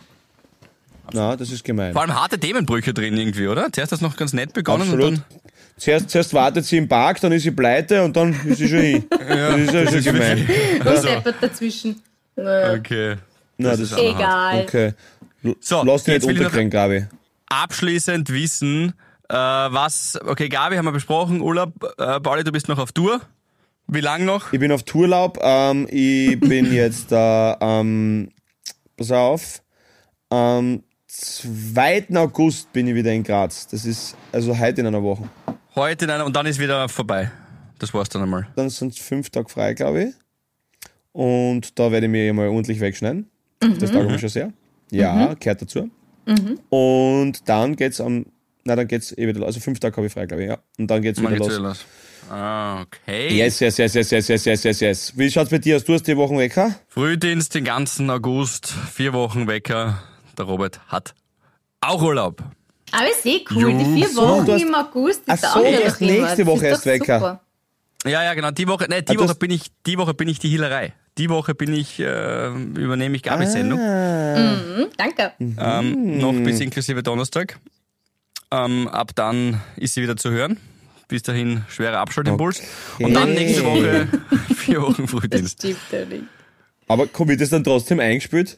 [SPEAKER 3] Na, das ist gemein.
[SPEAKER 1] Vor allem harte Themenbrüche drin irgendwie, oder? Zuerst hast du noch ganz nett begonnen
[SPEAKER 3] Absolut.
[SPEAKER 1] und
[SPEAKER 3] Zuerst, zuerst wartet sie im Park, dann ist sie pleite und dann ist sie schon hin. das ist ja schon gemein.
[SPEAKER 2] Und deppert dazwischen. Naja.
[SPEAKER 1] dann... Okay.
[SPEAKER 3] Na,
[SPEAKER 1] Das
[SPEAKER 3] das
[SPEAKER 1] ist auch noch hart.
[SPEAKER 2] Egal.
[SPEAKER 3] Okay. L-
[SPEAKER 1] So,
[SPEAKER 3] Lass dich
[SPEAKER 1] jetzt
[SPEAKER 3] nicht
[SPEAKER 1] will ich noch-
[SPEAKER 3] unterkriegen, Gabi.
[SPEAKER 1] Abschließend wissen, äh, was... Okay, Gabi haben wir besprochen. Urlaub, äh, Pauli, du bist noch auf Tour. Wie lang noch?
[SPEAKER 3] Ich bin auf Tourlaub. Ähm, ich bin jetzt da, ähm, pass auf, am zweiten August bin ich wieder in Graz. Das ist also heute in einer Woche.
[SPEAKER 1] Heute in einer... Und dann ist wieder vorbei. Das war's dann einmal.
[SPEAKER 3] Dann sind es fünf Tage frei, glaube ich. Und da werde ich mir mal ordentlich wegschneiden. Das taugt mir schon sehr. Ja, gehört dazu. Und dann geht's am, na dann geht's eh wieder los. Also fünf Tage habe ich frei, glaube ich, ja. Und dann geht's
[SPEAKER 1] Dann
[SPEAKER 3] wieder
[SPEAKER 1] geht's
[SPEAKER 3] los.
[SPEAKER 1] wieder los. Ah, okay.
[SPEAKER 3] Yes, yes, yes, yes, yes, yes, yes, yes, yes. Wie schaut's bei dir aus? Du hast die Wochen weg, ha?
[SPEAKER 1] Frühdienst den ganzen August, vier Wochen Wecker. Der Robert hat auch Urlaub.
[SPEAKER 2] Aber ist eh cool. Die vier
[SPEAKER 3] so,
[SPEAKER 2] Wochen
[SPEAKER 3] du hast-
[SPEAKER 2] im August
[SPEAKER 3] Ach
[SPEAKER 2] ist
[SPEAKER 3] so,
[SPEAKER 2] auch
[SPEAKER 3] du
[SPEAKER 2] nicht
[SPEAKER 3] hast
[SPEAKER 2] immer.
[SPEAKER 3] nächste
[SPEAKER 2] Das
[SPEAKER 3] Woche
[SPEAKER 2] ist
[SPEAKER 3] erst
[SPEAKER 2] doch
[SPEAKER 3] weg.
[SPEAKER 2] super.
[SPEAKER 1] Ja, ja, genau. Die Woche, nee, die
[SPEAKER 3] Ah, du
[SPEAKER 1] Woche
[SPEAKER 3] hast-
[SPEAKER 1] bin ich, die Woche bin ich die Hehlerei. Die Woche bin ich, äh, übernehme ich Gabis Sendung.
[SPEAKER 2] Mhm, danke.
[SPEAKER 1] Ähm, noch bis inklusive Donnerstag. Ähm, ab dann ist sie wieder zu hören. Bis dahin schwerer Abschaltimpuls.
[SPEAKER 3] Okay.
[SPEAKER 1] Und dann nächste Woche vier Wochen
[SPEAKER 2] Das
[SPEAKER 1] Frühdienst.
[SPEAKER 2] stimmt ja nicht.
[SPEAKER 3] Aber komm, wird das dann trotzdem eingespielt?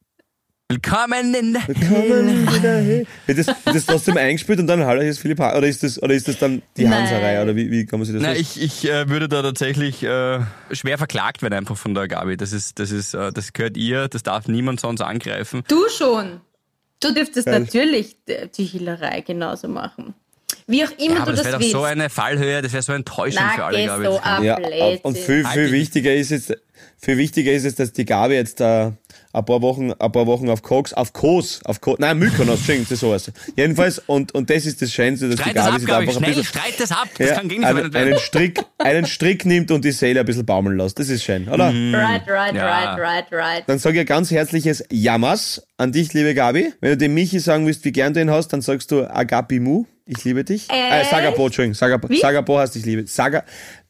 [SPEAKER 1] Willkommen in der
[SPEAKER 3] Kommen wieder hin. Wird das, wird das trotzdem eingespielt und dann hallo, hier ist Philipp Ha- oder ist das, oder ist das dann die
[SPEAKER 2] Nein.
[SPEAKER 3] Hanserei oder wie, wie kann man sich das
[SPEAKER 1] Na,
[SPEAKER 3] vorstellen?
[SPEAKER 1] ich, ich äh, würde da tatsächlich äh, schwer verklagt werden einfach von der Gabi. Das ist, das ist, äh, das gehört ihr, das darf niemand sonst angreifen.
[SPEAKER 2] Du schon. Du dürftest
[SPEAKER 3] Geil.
[SPEAKER 2] natürlich die Hehlerei genauso machen. Wie auch immer
[SPEAKER 1] Ja, aber
[SPEAKER 2] du
[SPEAKER 1] das
[SPEAKER 2] das
[SPEAKER 1] wäre doch
[SPEAKER 2] willst.
[SPEAKER 1] so eine Fallhöhe, das wäre so enttäuschend für
[SPEAKER 2] Na,
[SPEAKER 1] alle,
[SPEAKER 2] geh
[SPEAKER 1] glaube
[SPEAKER 2] so
[SPEAKER 1] ich.
[SPEAKER 2] ab,
[SPEAKER 3] Ja,
[SPEAKER 2] Blödsinn.
[SPEAKER 3] und viel,
[SPEAKER 1] Halt
[SPEAKER 3] viel
[SPEAKER 1] dich.
[SPEAKER 3] wichtiger ist jetzt, viel wichtiger ist jetzt, dass die Gabi jetzt da ein paar Wochen, ein paar Wochen auf Koks, auf Kos, auf Kos, nein, Mykonos, Entschuldigung, das sowas. Jedenfalls, und, und das ist das Schönste, dass die
[SPEAKER 1] Streit das
[SPEAKER 3] Gabi
[SPEAKER 1] ab,
[SPEAKER 3] sich da
[SPEAKER 1] Gabi,
[SPEAKER 3] einfach ein
[SPEAKER 1] schnell,
[SPEAKER 3] bisschen,
[SPEAKER 1] streit das ab. Das
[SPEAKER 3] ja,
[SPEAKER 1] kann gegen dich
[SPEAKER 3] einen,
[SPEAKER 1] verwendet werden.
[SPEAKER 3] einen Strick, einen Strick nimmt und die Seele ein bisschen baumeln lässt. Das ist schön, oder?
[SPEAKER 2] Right, right,
[SPEAKER 1] Ja.
[SPEAKER 2] right, right, right.
[SPEAKER 3] Dann sage ich ein ganz herzliches Jammers an dich, liebe Gabi. Wenn du dem Michi sagen willst, wie gern du ihn hast, dann sagst du Agapimu, ich liebe dich. Äh,
[SPEAKER 2] Echt?
[SPEAKER 3] Sagapo, Entschuldigung, Sagapo,
[SPEAKER 2] Wie?
[SPEAKER 3] Sagapo heißt ich liebe. Saga,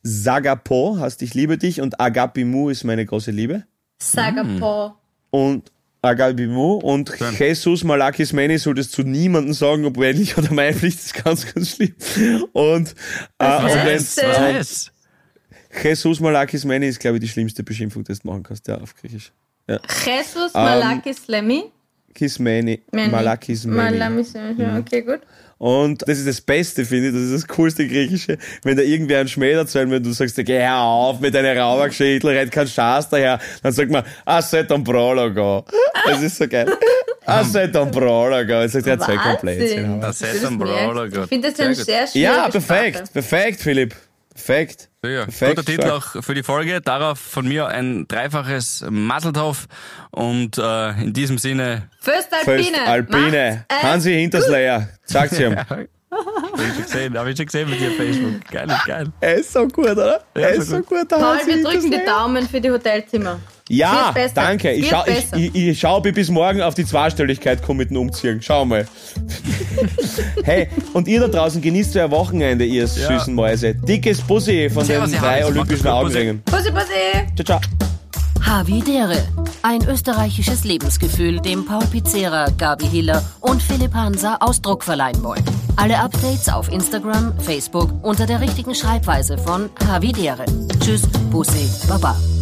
[SPEAKER 3] Sagapo heißt ich liebe dich und Agapimu ist meine große Liebe.
[SPEAKER 2] Sagapo.
[SPEAKER 3] Und Agapimu und
[SPEAKER 1] Schön.
[SPEAKER 3] Jesus Malakis Meni soll das zu niemandem sagen, ob männlich oder weiblich, das ist ganz, ganz schlimm. Und, äh,
[SPEAKER 2] Was
[SPEAKER 3] und
[SPEAKER 2] heißt
[SPEAKER 3] wenn's-
[SPEAKER 2] das?
[SPEAKER 1] Was heißt?
[SPEAKER 3] Jesus Malakis Meni ist, glaube ich, die schlimmste Beschimpfung, die du machen kannst, ja, auf Griechisch.
[SPEAKER 2] Jesus Malakis Lemmy.
[SPEAKER 3] Kismeni, Malakis Meni.
[SPEAKER 2] Malakis Lemmy. Okay, gut.
[SPEAKER 3] Und das ist das Beste, finde ich, das ist das coolste Griechische, wenn da irgendwer einen Schmäh erzählt, wenn du sagst, geh hör auf mit deiner Raubergeschichte, red kein Schaß daher, dann sagt man, asset un prologo. Das ist so geil. Asset un prologo. Jetzt sagt er zwei komplett.
[SPEAKER 2] Wahnsinn.
[SPEAKER 1] Das
[SPEAKER 2] Das
[SPEAKER 1] ist ein
[SPEAKER 2] merkt-
[SPEAKER 1] Brawler,
[SPEAKER 2] Ich
[SPEAKER 1] Gott.
[SPEAKER 2] finde das
[SPEAKER 1] Sehr
[SPEAKER 2] ein
[SPEAKER 1] gut.
[SPEAKER 2] sehr schwierige
[SPEAKER 3] Ja, perfekt,
[SPEAKER 2] Sprache.
[SPEAKER 3] perfekt, Philipp. Perfekt.
[SPEAKER 1] Ja,
[SPEAKER 3] Perfekt,
[SPEAKER 1] guter Titel
[SPEAKER 3] stark.
[SPEAKER 1] auch für die Folge. Darauf von mir ein dreifaches Maseltov. Und äh, in diesem Sinne,
[SPEAKER 2] First
[SPEAKER 3] First
[SPEAKER 2] Alpine.
[SPEAKER 3] Alpine.
[SPEAKER 2] Macht's, äh,
[SPEAKER 3] Hansi Hintersleyer. Sag's ihm.
[SPEAKER 1] hab ich schon gesehen, hab ich schon gesehen mit dir auf Facebook. Geil, ist geil.
[SPEAKER 3] Er ist so gut, oder?
[SPEAKER 1] Ja,
[SPEAKER 3] er
[SPEAKER 1] so
[SPEAKER 3] ist so
[SPEAKER 1] gut.
[SPEAKER 3] gut, der
[SPEAKER 2] Paul,
[SPEAKER 3] Hansi
[SPEAKER 2] wir drücken die
[SPEAKER 3] Hintersleyer.
[SPEAKER 2] Daumen für die Hotelzimmer.
[SPEAKER 3] Ja,
[SPEAKER 2] Wird besser.
[SPEAKER 3] danke. Ich
[SPEAKER 2] Wird
[SPEAKER 3] schau, ich,
[SPEAKER 2] besser.
[SPEAKER 3] ich, ich schau, ob ich bis morgen auf die Zweistelligkeit komme mit dem Umziehen. Schau mal. Hey, und ihr da draußen genießt euer Wochenende, ihr süßen Mäuse. Dickes Bussi von
[SPEAKER 1] Servus,
[SPEAKER 3] den
[SPEAKER 1] ihr
[SPEAKER 3] drei
[SPEAKER 1] Habis.
[SPEAKER 3] olympischen
[SPEAKER 1] Macht's gut, Bussi.
[SPEAKER 3] Augenringen.
[SPEAKER 2] Bussi, Bussi.
[SPEAKER 3] Ciao, ciao.
[SPEAKER 4] Havidere. Ein österreichisches Lebensgefühl, dem Paul Pizzera, Gabi Hiller und Philipp Hansa Ausdruck verleihen wollen. Alle Updates auf Instagram, Facebook unter der richtigen Schreibweise von Havidere. Tschüss, Bussi, Baba.